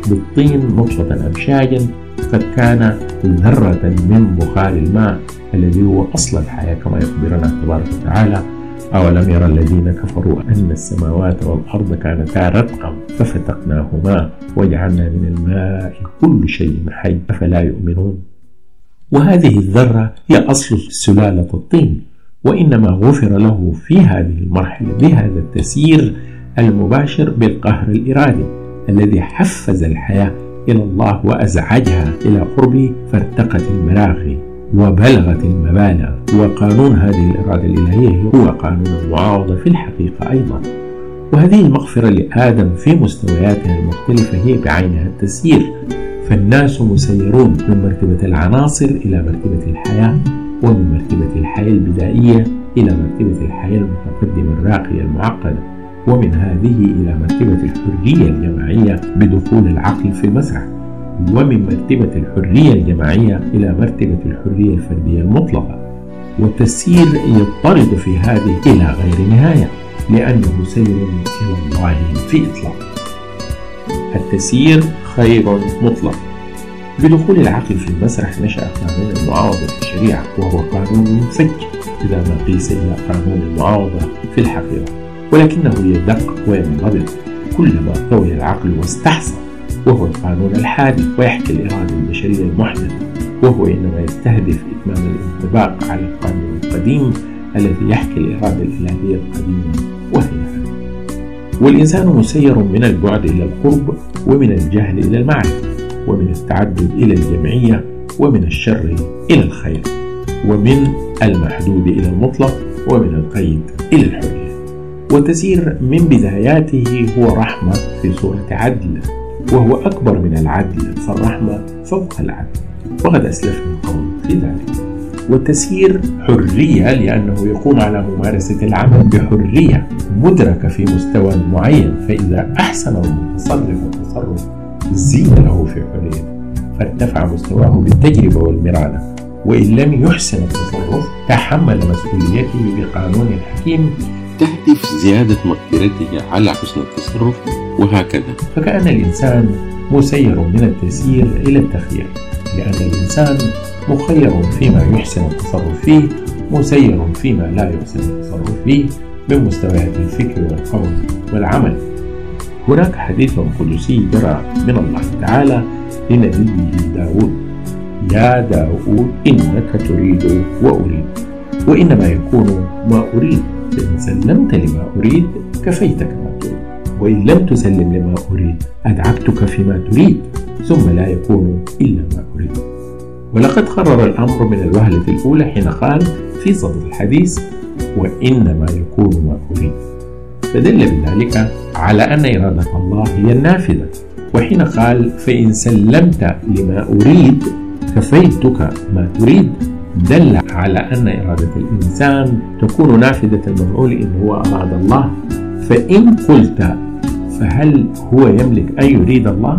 بالطين نطفة أمشاجا قد كان ذرة من بخار الماء الذي هو أصل الحياة كما يخبرنا تبارك وتعالى: أولم يرى الذين كفروا أن السماوات والأرض كانتا رتقا ففتقناهما وجعلنا من الماء كل شيء حي أفلا يؤمنون. وهذه الذرة هي أصل سلالة الطين، وإنما غفر له في هذه المرحلة بهذا التسيير المباشر بالقهر الإرادي الذي حفز الحياة إلى الله وأزعجها إلى قربه فارتقت المراغي وبلغت المبالغ. وقانون هذه الإرادة الإلهية هو قانون المعاوضة في الحقيقة أيضا. وهذه المغفرة لآدم في مستوياتها المختلفة هي بعينها التسيير، فالناس مسيرون من مرتبة العناصر إلى مرتبة الحياة، ومن مرتبة الحياة البدائية إلى مرتبة الحياة المتقدمة الراقية المعقدة، ومن هذه إلى مرتبة الحرية الجماعية بدخول العقل في المسرح، ومن مرتبة الحرية الجماعية إلى مرتبة الحرية الفردية المطلقة. والتسيير يضطرد في هذه إلى غير نهاية، لأنه سير إلى الله في إطلاق. التسيير خير مطلق. بدخول العقل في المسرح نشأ قانون المعاوضة في الشريعة، وهو قانون منفج إذا ما قيس إلى قانون المعاوضة في الحقيقة، ولكنه يدق وينضبط كلما قوي العقل واستحسن، وهو القانون الحادث ويحكي الإرادة البشرية المحدثة، وهو إنما يستهدف إتمام الانطباق على القانون القديم الذي يحكي الإرادة الإلهية القديمة وهي الحدث. والإنسان مسير من البعد إلى القرب، ومن الجهل إلى المعرفة، ومن التعدد إلى الجمعية، ومن الشر إلى الخير، ومن المحدود إلى المطلق، ومن القيد إلى الحرية. وتسير من بداياته هو رحمة في صورة عدل، وهو أكبر من العدل، فالرحمة فوق العدل، وقد أسلفنا القول في ذلك. والتسيير حرية لأنه يقوم على ممارسة العمل بحرية مدركة في مستوى معين، فإذا أحسن المتصرف التصرف زين له في حريته فارتفع مستواه بالتجربة والمرانة، وإن لم يحسن التصرف تحمل مسؤوليته بقانون حكيم تهدف زيادة مقدرته على حسن التصرف، وهكذا. فكأن الإنسان مسير من التسيير إلى التخيير، لأن الإنسان مخير فيما يحسن التصرف فيه، مسير فيما لا يحسن التصرف فيه، من مستويات الفكر والقول والعمل. هناك حديث قدسي جرى من الله تعالى لنبيه داود: يا داود إنك تريد وأريد، وإنما يكون ما أريد، فإن سلمت لما أريد كفيتك ما تريد، وإن لم تسلم لما أريد أدعكتك فيما تريد، ثم لا يكون إلا ما أريد. ولقد قرر الأمر من الوهلة الأولى حين قال في صدر الحديث: وإنما يكون ما أريد، فدل بذلك على أن إرادة الله هي النافذة. وحين قال فإن سلمت لما أريد كفيتك ما تريد، دل على أن إرادة الإنسان تكون نافذة المفعول إن هو أراد الله. فإن قلت فهل هو يملك أن يريد الله؟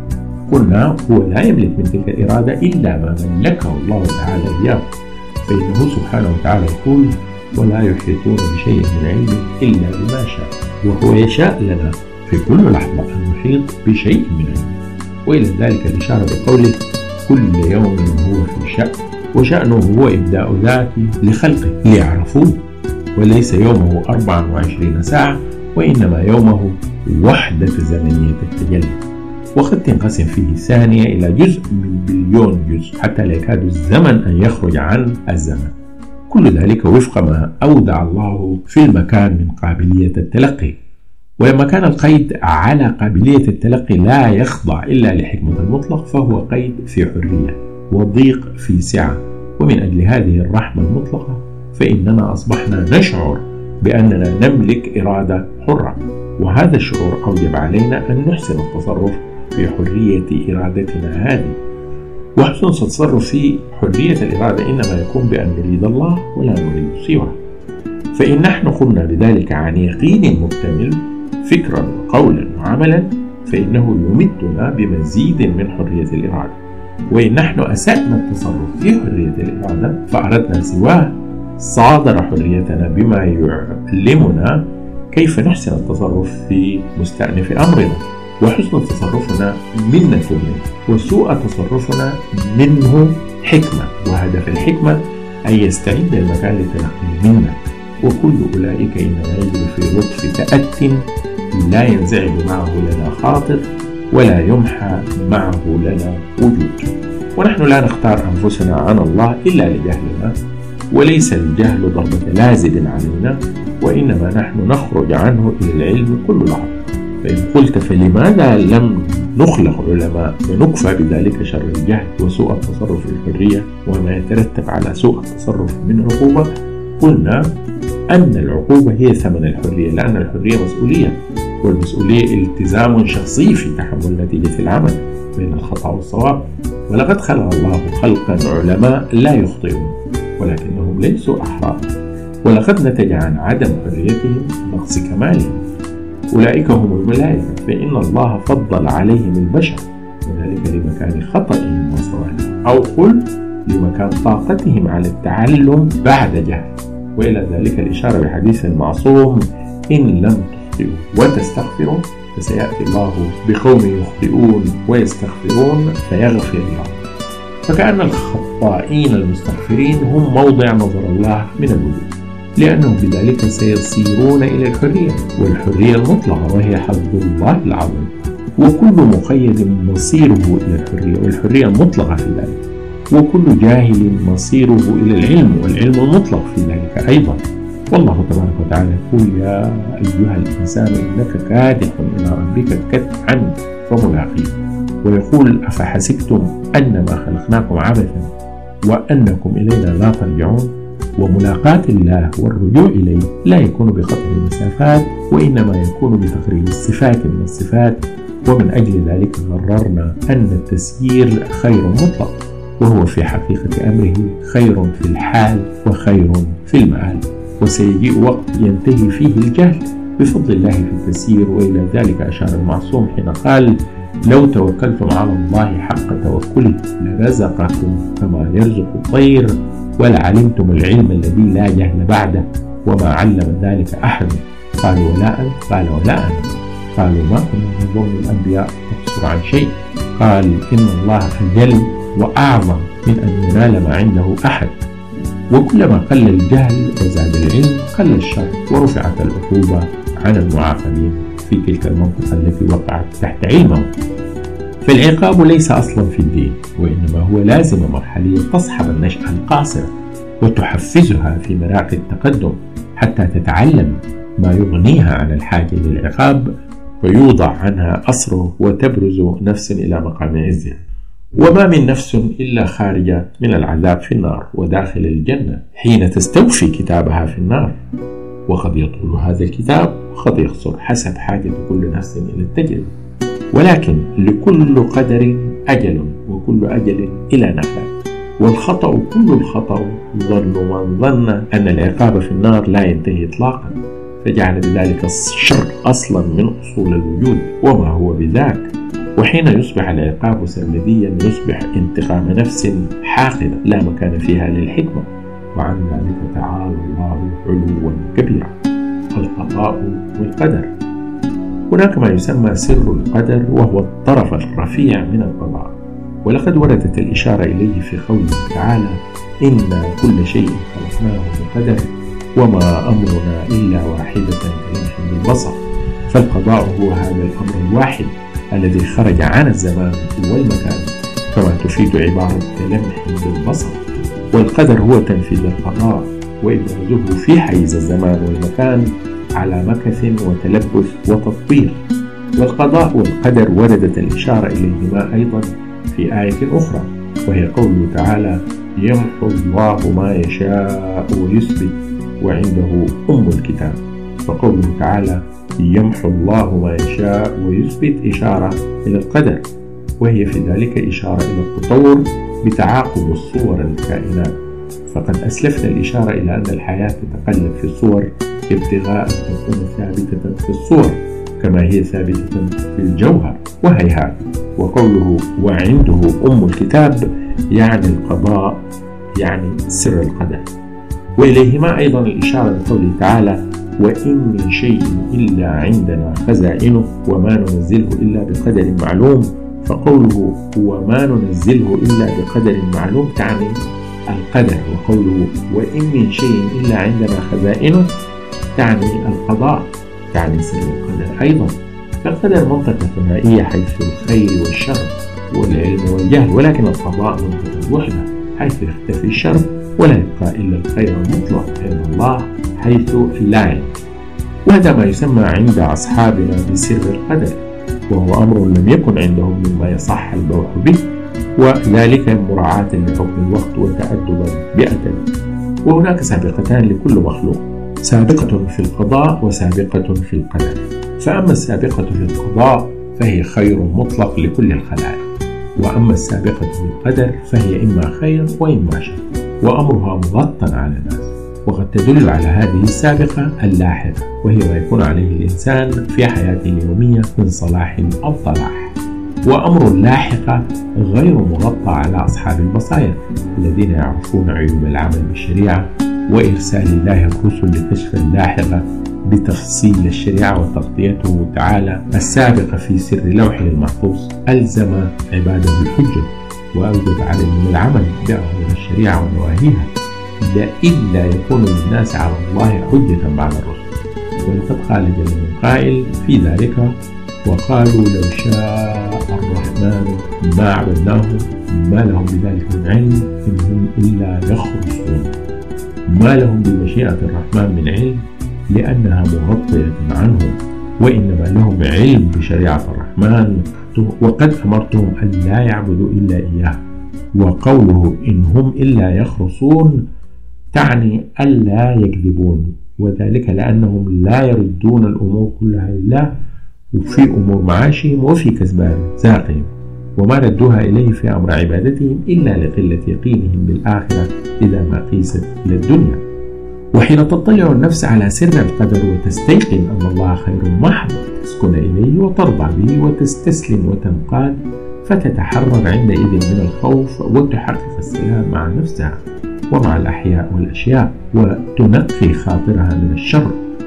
قلنا هو لا يملك من تلك الإرادة إلا ما ملكه الله تعالى إياه، فإنه سبحانه وتعالى يقول: ولا يحيطون بشيء من علمه إلا بما شاء، وهو يشاء لنا في كل لحظة أن نحيط بشيء من علمه. وإلى ذلك الإشارة بقوله: كل يوم هو في شأن، وشأنه هو إبداء ذاته لخلقه ليعرفوه، وليس يومه 24 ساعة، وإنما يومه وحدة زمنية التجلي، وقد تنقسم فيه ثانية إلى جزء من بليون جزء حتى لا يكاد الزمن أن يخرج عن الزمن. كل ذلك وفق ما أودع الله في المكان من قابلية التلقي. ولما كان القيد على قابلية التلقي لا يخضع إلا لحكمة المطلق، فهو قيد في حرية وضيق في سعة. ومن أجل هذه الرحمة المطلقة فإننا أصبحنا نشعر بأننا نملك إرادة حرة، وهذا الشعور أوجب علينا أن نحسن التصرف في حرية إرادتنا هذه. وحسن التصرف في حرية الإرادة إنما يكون بأن نريد الله ولا نريد سواه. فإن نحن قمنا بذلك عن يقين مكتمل فكرا وقولا وعملا، فإنه يمدنا بمزيد من حرية الإرادة. وإن نحن أسأنا التصرف في حرية الإرادة فأردنا سواه، صادر حريتنا بما يعلمنا كيف نحسن التصرف في مستأنف أمرنا، وحسن تصرفنا منة منه، وسوء تصرفنا منه حكمة، وهدف الحكمة أن يستعد المكان لتلقي منا. وكل أولئك إنما يجري في لطف تأت لا ينزعج معه لنا خاطر ولا يمحى معه لنا وجود. ونحن لا نختار أنفسنا عن الله إلا لجهلنا، وليس الجهل ضربة لازم علينا، وإنما نحن نخرج عنه إلى العلم كل لحظة. فإن قلت فلماذا لم نخلق علماء ونكفى بذلك شر الجهل وسوء التصرف في الحرية وما يترتب على سوء التصرف من عقوبة؟ قلنا أن العقوبة هي ثمن الحرية، لأن الحرية مسؤولية، والمسؤولية التزام شخصي في تحمل نتيجة العمل بين الخطأ والصواب. ولقد خلق الله خلقا علماء لا يخطئون ولكنهم ليسوا أحرار، ولقد نتج عن عدم حريتهم نقص كمالهم. أولئك هم الملائكة، فإن الله فضل عليهم البشر، وذلك لمكان خطئهم وصوابهم، أو قل لمكان طاقتهم على التعلم بعد جهل. وإلى ذلك الإشارة بحديث المعصوم: إن لم تخطئوا وتستغفروا فسيأتي الله بقوم يخطئون ويستغفرون فيغفر الله. فكأن الخطائين المستغفرين هم موضع نظر الله من الوجود، لأنهم بذلك سيصيرون إلى الحرية، والحرية المطلقة وهي حظ الله العظيم. وكل مقيد مصيره إلى الحرية، والحرية المطلقة في ذلك. وكل جاهل مصيره إلى العلم، والعلم المطلق في ذلك أيضا. والله تبارك وتعالى يقول: يا أيها الإنسان إنك كادح إلى ربك كدحا فملاقيه. ويقول: أفحسبتم أنما خلقناكم عبثا وأنكم إلينا لا ترجعون. وملاقاة الله والرجوع إليه لا يكون بقطع المسافات، وإنما يكون بتقريب الصفات من الصفات. ومن أجل ذلك قررنا أن التسيير خير مطلق، وهو في حقيقة أمره خير في الحال وخير في المآل. وسيجيء وقت ينتهي فيه الجهل بفضل الله في التسيير. وإلى ذلك أشار المعصوم حين قال: لو توكلتم على الله حق توكله لرزقكم كما يرزق الطير ولعلمتم العلم الذي لا جهل بعده وما علم ذلك أحد. قالوا: ولا أنت؟ قال: ولا أنا. قالوا: ما كنا نظن الأنبياء تقصر عن شيء. قال: إن الله أجل وأعظم من أن ينال ما عنده أحد. وكلما قل الجهل وزاد العلم قل الشر ورفعت العقوبة عن المعاقبين في تلك المنطقة التي وقعت تحت علمهم. فالعقاب ليس أصلا في الدين، وإنما هو لازمة مرحلية تصحب النشأة القاصرة وتحفزها في مراقي التقدم حتى تتعلم ما يغنيها عن الحاجة للعقاب، ويوضع عنها أسره وتبرز نفس إلى مقام عزها. وما من نفس إلا خارجة من العذاب في النار وداخل الجنة حين تستوفي كتابها في النار. وقد يطول هذا الكتاب وقد يقصر حسب حاجة كل نفس إلى التجربة، ولكن لكل قدر أجل وكل أجل إلى نهاية. والخطأ كل الخطأ ظن من ظن أن العقاب في النار لا ينتهي إطلاقا، فجعل بذلك الشر أصلا من أصول الوجود وما هو بذاك. وحين يصبح العقاب سرمديا يصبح انتقام نفس حاقدة لا مكان فيها للحكمة، وعن ذلك تعالى الله علوا كبيرا. القضاء والقدر. هناك ما يسمى سر القدر، وهو الطرف الرفيع من القضاء، ولقد وردت الإشارة إليه في قوله تعالى: إنا كل شيء خلقناه بقدر وما أمرنا إلا واحدة كلمح بالبصر. فالقضاء هو هذا الأمر الواحد الذي خرج عن الزمان والمكان، كما تفيد عبارة كلمح بالبصر. والقدر هو تنفيذ القضاء وإبرازه في حيز الزمان والمكان على مكث وتلبث وتطوير. والقضاء والقدر وردت الإشارة إليهما أيضا في آية أخرى، وهي قوله تعالى: يمحو الله ما يشاء ويثبت وعنده أم الكتاب. وقوله تعالى: يمحو الله ما يشاء ويثبت إشارة إلى القدر، وهي في ذلك إشارة إلى التطور بتعاقب الصور الكائنات. فقد أسلفنا الإشارة إلى أن الحياة تتقلب في الصور ابتغاء أن تكون ثابتة في الصور كما هي ثابتة في الجوهر، وهيهات. وقوله وعنده أم الكتاب يعني القضاء، يعني سر القدر. وإليهما أيضا الإشارة بقوله تعالى: وإن من شيء إلا عندنا خزائنه وما ننزله إلا بقدر معلوم. فقوله وما ننزله إلا بقدر معلوم تعني القدر، وقوله وإن من شيء إلا عندنا خزائنه تعني القضاء، تعني سر القدر أيضا. فالقدر منطقة ثنائية حيث الخير والشر والعلم والجهل، ولكن القضاء منطقة وحدة حيث يختفي الشر ولا يبقى إلا الخير المطلق عند الله حيث لا علم. وهذا ما يسمى عند أصحابنا بسر القدر، وهو أمر لم يكن عندهم مما يصح البوح به، وذلك مراعاة لحكم الوقت وتأدبا بأدب. وهناك سابقتان لكل مخلوق، سابقة في القضاء وسابقة في القدر. فأما السابقة في القضاء فهي خير مطلق لكل الخلائق، وأما السابقة في القدر فهي إما خير وإما شر، وأمرها مغطى على الناس. وقد تدل على هذه السابقة اللاحقة، وهي ما يكون عليه الإنسان في حياته اليومية من صلاح أو صلاح. وأمر اللاحقة غير مغطى على أصحاب البصائر الذين يعرفون عيوب العمل بالشريعة وإرسال الله الرسل لكشف اللاحقة بتفصيل الشريعة وتغطيته تعالى السابقة في سر لوحه المحفوظ. ألزم عباده الحجة وأوجب عليهم العمل بأوامر الشريعة ونواهيها، إلا يكون للناس على الله حجة بعد الرسل. ولقد قال جل من قائل في ذلك وقالوا لو شاء الرحمن ما عبدناهم ما لهم بذلك من علم إن هم إلا يخرصون. ما لهم بمشيئة الرحمن من علم لأنها مغطية عنهم، وإنما لهم علم بشريعة الرحمن، وقد أمرتهم أن لا يعبدوا إلا إياه. وقوله إن هم إلا يخرصون تعني ألا يكذبون، وذلك لأنهم لا يردون الأمور كلها لله وفي أمور معاشهم وفي كسب رزقهم، وما ردوها إليه في أمر عبادتهم إلا لقلة يقينهم بالآخرة إذا ما قيست إلى الدنيا. وحين تطلع النفس على سر القدر وتستيقن أن الله خير محض تسكن إليه وترضى به وتستسلم وتنقاد، فتتحرر عندئذ من الخوف وتحقق السلام مع نفسها ومع الأحياء والأشياء، وتنقي خاطرها من الشر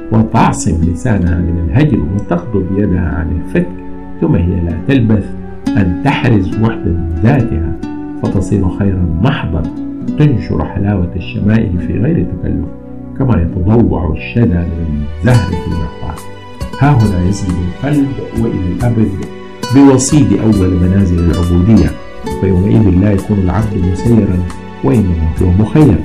وتعصم لسانها من الهجر وتقبض يدها عن الفتك، ثم هي لا تلبث أن تحرز وحدة ذاتها فتصير خيرا محضا تنشر حلاوة الشمائل في غير تكلف، كما يتضوع الشدى من الزهر في المرقاة. ها هنا يسجد القلب وإلى الأبد بوصيد أول منازل العبودية، فيومئذ لا يكون العبد مسيرا وإنما هو مخير،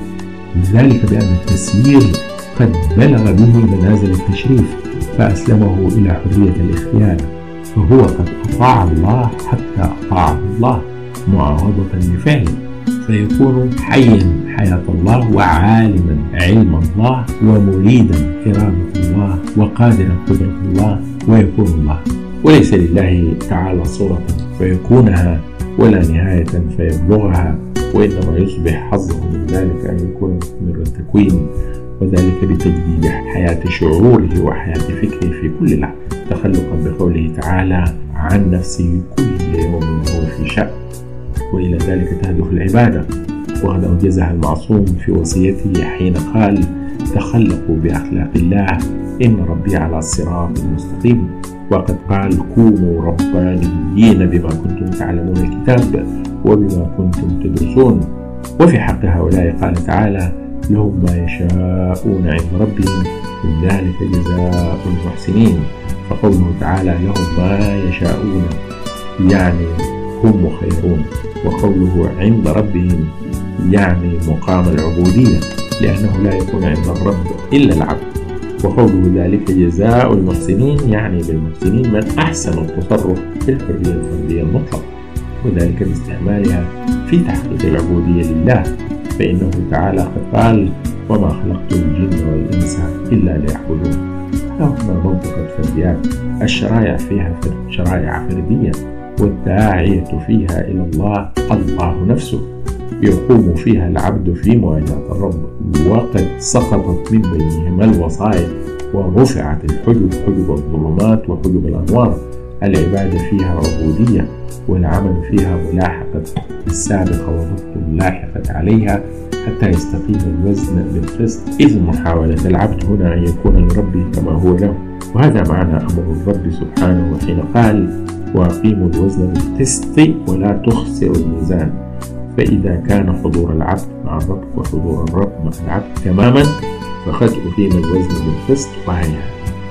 ذلك بأن التسيير قد بلغ به منازل التشريف فأسلمه إلى حرية الاختيار، فهو قد أطاع الله حتى أطاعه الله معاوضة لفعله، فيكون حيا حياة الله وعالما علم الله ومريدا إرادة الله وقادرا قدرة الله، ويكون الله وليس لله تعالى صورة فيكونها ولا نهاية فيبلغها، وإنما يصبح حظه من ذلك أن يكون مستمر التكوين، وذلك بتجديد حياة شعوره وحياة فكره في كل لحظة، تخلقا بقوله تعالى عن نفسه كل يوم هو في شأن، وإلى ذلك تهدف العبادة. وقد أوجزها المعصوم في وصيته حين قال تخلقوا بأخلاق الله إن ربي على الصراط المستقيم، وقد قال كونوا ربانيين بما كنتم تعلمون الكتاب وبما كنتم تدرسون. وفي حق هؤلاء قال تعالى لهم ما يشاءون عند ربهم ذلك جزاء المحسنين. فقوله تعالى لهم ما يشاءون يعني هم مخيرون، وقوله عند ربهم يعني مقام العبودية لأنه لا يكون عند الرب إلا العبد. وقوله ذلك جزاء المحسنين يعني بالمحسنين من أحسن التصرف في الحرية الفردية المطلقة، وذلك باستعمالها في تحقيق العبودية لله، فإنه تعالى قد قال وما خلقت الجن والإنس إلا ليعبدون. هنا منطقة فرديات، الشرائع فيها شرائع فردية، والداعية فيها إلى الله نفسه، يقوم فيها العبد في مواجهة الرب. وقد سقطت من بينهما الوصايا ورفعت الحجب، حجب الظلمات وحجب الأنوار، العبادة فيها عبودية، والعمل فيها ملاحقة السابقة وضبط اللاحقة عليها حتى يستقيم الوزن بالقسط، إذ محاولة العبد هنا أن يكون لربه كما هو له. وهذا معنى أمر الرب سبحانه حين قال: وأقيموا الوزن بالقسط ولا تخسروا الميزان. فإذا كان حضور العبد مع الرب وحضور الرب مع العبد تماما فقد أقيم الوزن بالقسط وهيها.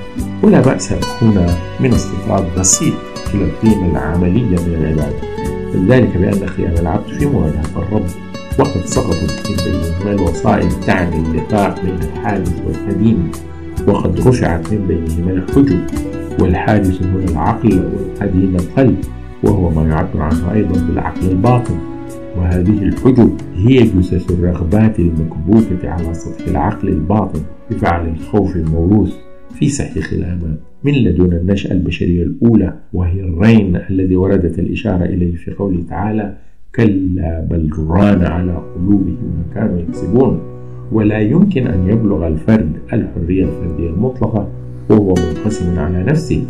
ولا بأس هنا من استطراد بسيط إلى القيمة العملية من العبادة، ذلك بأن قيام العبد في مواجهة الرب وقد سقطت من بينهما الوسائل تعني اللقاء بين الحادث والقديم، وقد رفعت من بينهما الحجب، والحادث هنا العقل والقديم القلب، وهو ما يعبر عنه أيضا بالعقل الباطن. وهذه الحجب هي جثث الرغبات المكبوتة على سطح العقل الباطن بفعل الخوف الموروث في سحيق الآمال من لدن النشأة البشرية الأولى، وهي الرين الذي وردت الإشارة إليه في قوله تعالى: كلا بل ران على قلوبهم ما كانوا يكسبون. ولا يمكن أن يبلغ الفرد الحرية الفردية المطلقة وهو منقسم على نفسه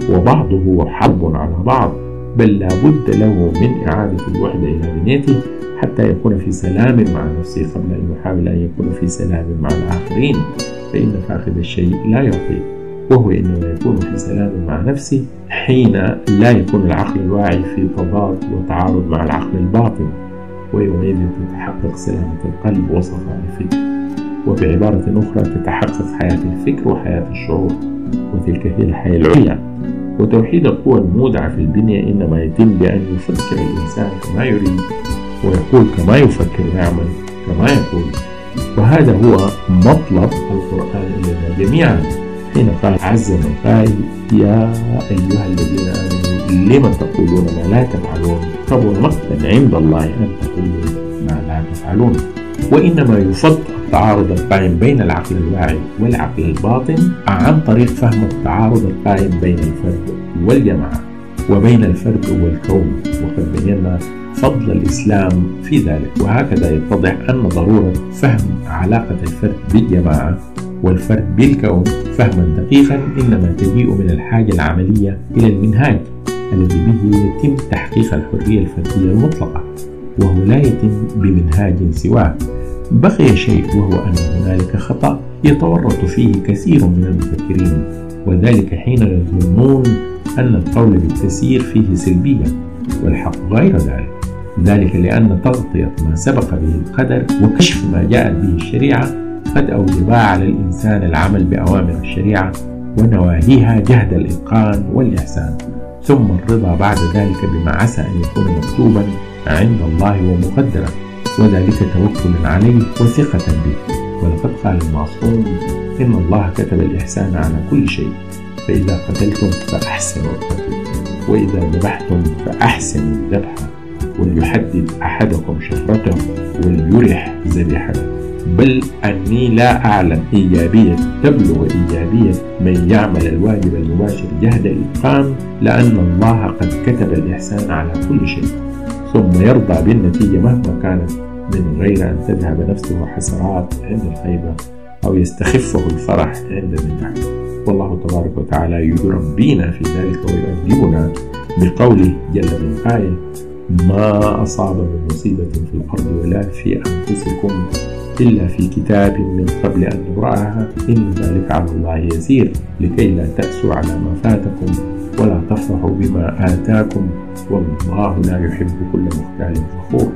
وبعضه حرب على بعض، بل لا بد له من إعادة الوحدة إلى بنيته حتى يكون في سلام مع نفسه قبل أن يحاول أن يكون في سلام مع الآخرين، فإن فاقد الشيء لا يعطي، وهو إنما يكون في سلام مع نفسه حين لا يكون العقل الواعي في تضاد وتعارض مع العقل الباطن، ويومئذ تتحقق سلامة القلب وصفاء الفكر، وبعبارة أخرى تتحقق حياة الفكر وحياة الشعور، وتلك هي الحياة العليا. وتوحيد القوى المودعة في البنية إنما يتم بأن يفكر الإنسان كما يريد، ويقول كما يفكر ويعمل كما يقول. وهذا هو مطلب القرآن لنا جميعا حين قال عز من قال: يا أيها الذين آمنوا لم تقولون ما لا تفعلون، كبر مقتا عند الله أن تقولوا ما لا تفعلون. وإنما يفضل التعارض القائم بين العقل الواعي والعقل الباطن عن طريق فهم التعارض القائم بين الفرد والجماعة وبين الفرد والكون، وقد بينا فضل الإسلام في ذلك. وهكذا يتضح أن ضرورة فهم علاقة الفرد بالجماعة والفرد بالكون فهما دقيقا إنما تجيء من الحاجة العملية إلى المنهاج الذي به يتم تحقيق الحرية الفردية المطلقة، وهو لا يتم بمنهاج سواه. بقي شيء، وهو أن هنالك خطأ يتورط فيه كثير من المفكرين، وذلك حين يظنون أن القول بالتسيير فيه سلبية، والحق غير ذلك لأن تغطية ما سبق به القدر وكشف ما جاءت به الشريعة قد أوجبا على الإنسان العمل بأوامر الشريعة ونواهيها جهد الإتقان والإحسان، ثم الرضا بعد ذلك بما عسى أن يكون مكتوبا عند الله ومقدرا، وذلك توكل عليه وثقة به. ولقد قال المعصوم: إن الله كتب الإحسان على كل شيء، فإذا قتلتم فأحسنوا القتل، وإذا ذبحتم فأحسنوا الذبح، وليحدد أحدكم شفرته وليرح ذبيحته. بل أني لا أعلم إيجابية تبلغ إيجابية من يعمل الواجب المباشر جهد الإتقان، لأن الله قد كتب الإحسان على كل شيء، ثم يرضى بالنتيجة مهما كانت من غير أن تذهب نفسه حسرات عند الخيبة أو يستخفه الفرح عند النجاح. والله تبارك وتعالى يربينا في ذلك ويؤدبنا بقوله جل من قائل: ما أصاب من مصيبة في الأرض ولا في أنفسكم إلا في كتاب من قبل أن نبرأها إن ذلك على الله يسير، لكي لا تأسوا على ما فاتكم ولا تفرحوا بما آتاكم والله لا يحب كل مختال فخور.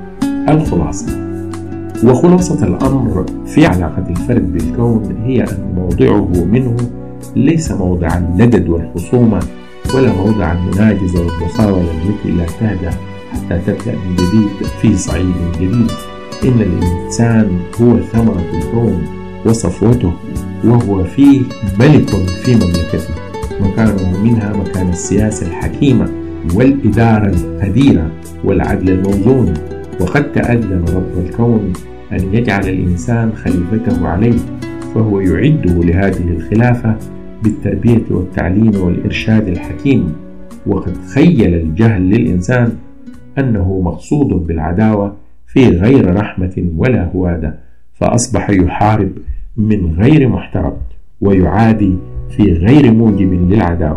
وخلاصة الأمر في علاقة الفرد بالكون هي أن موضعه منه ليس موضع اللدد والخصومة ولا موضع المناجزة والمصاولة التي لا تهدى حتى تبدأ من جديد في صعيد جديد. إن الإنسان هو ثمرة الكون وصفوته، وهو فيه ملك في مملكته، مكانه منها مكان السياسة الحكيمة والإدارة القديرة والعدل الموزون. وقد تأذن رب الكون أن يجعل الإنسان خليفته عليه، فهو يعده لهذه الخلافة بالتربية والتعليم والإرشاد الحكيم. وقد خيل الجهل للإنسان أنه مقصود بالعداوة في غير رحمة ولا هوادة، فأصبح يحارب من غير محترم ويعادي في غير موجب للعداوة.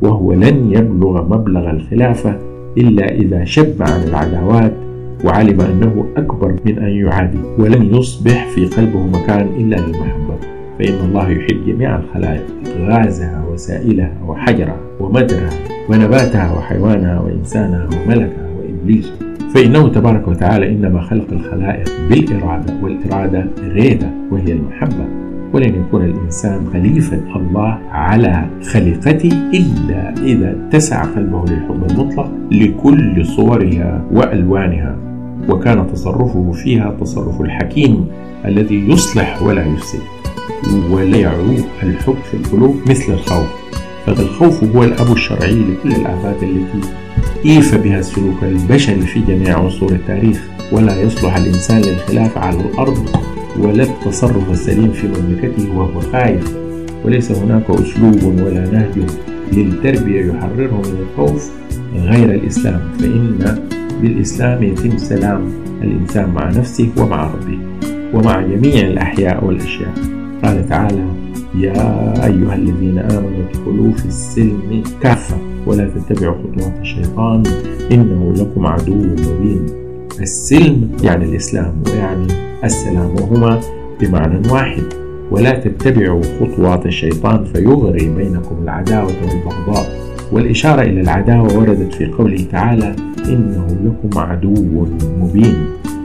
وهو لن يبلغ مبلغ الخلافة إلا إذا شب عن العداوات وعلم أنه أكبر من أن يعادي، ولن يصبح في قلبه مكان إلا للمحبة، فإن الله يحب جميع الخلائق، غازها وسائلها وحجرها ومدرها ونباتها وحيوانها وإنسانها وملكها وإبليس، فإنه تبارك وتعالى إنما خلق الخلائق بالإرادة، والإرادة إرادة وهي المحبة، ولن يكون الإنسان خليفة الله على خليقته إلا إذا اتسع قلبه للحب المطلق لكل صورها وألوانها، وكان تصرفه فيها تصرف الحكيم الذي يصلح ولا يفسد، ولا يعود الحب في القلوب مثل الخوف، فالخوف هو الأب الشرعي لكل الآفات التي إيف بها السلوك البشري في جميع عصور التاريخ، ولا يصلح الإنسان للخلافة على الأرض ولا التصرف السليم في مملكته وهو خائف، وليس هناك أسلوب ولا نهج للتربية يحرره من الخوف غير الإسلام، فإن بالإسلام يتم سلام الإنسان مع نفسه ومع ربه ومع جميع الأحياء والأشياء. قال تعالى: يا أيها الذين آمنوا ادخلوا في السلم كافة ولا تتبعوا خطوات الشيطان إنه لكم عدو مبين. السلم يعني الإسلام ويعني السلام، وهما بمعنى واحد. ولا تتبعوا خطوات الشيطان فيغري بينكم العداوة والبغضاء، والإشارة إلى العداوة وردت في قوله تعالى: إنه لكم عدو مبين.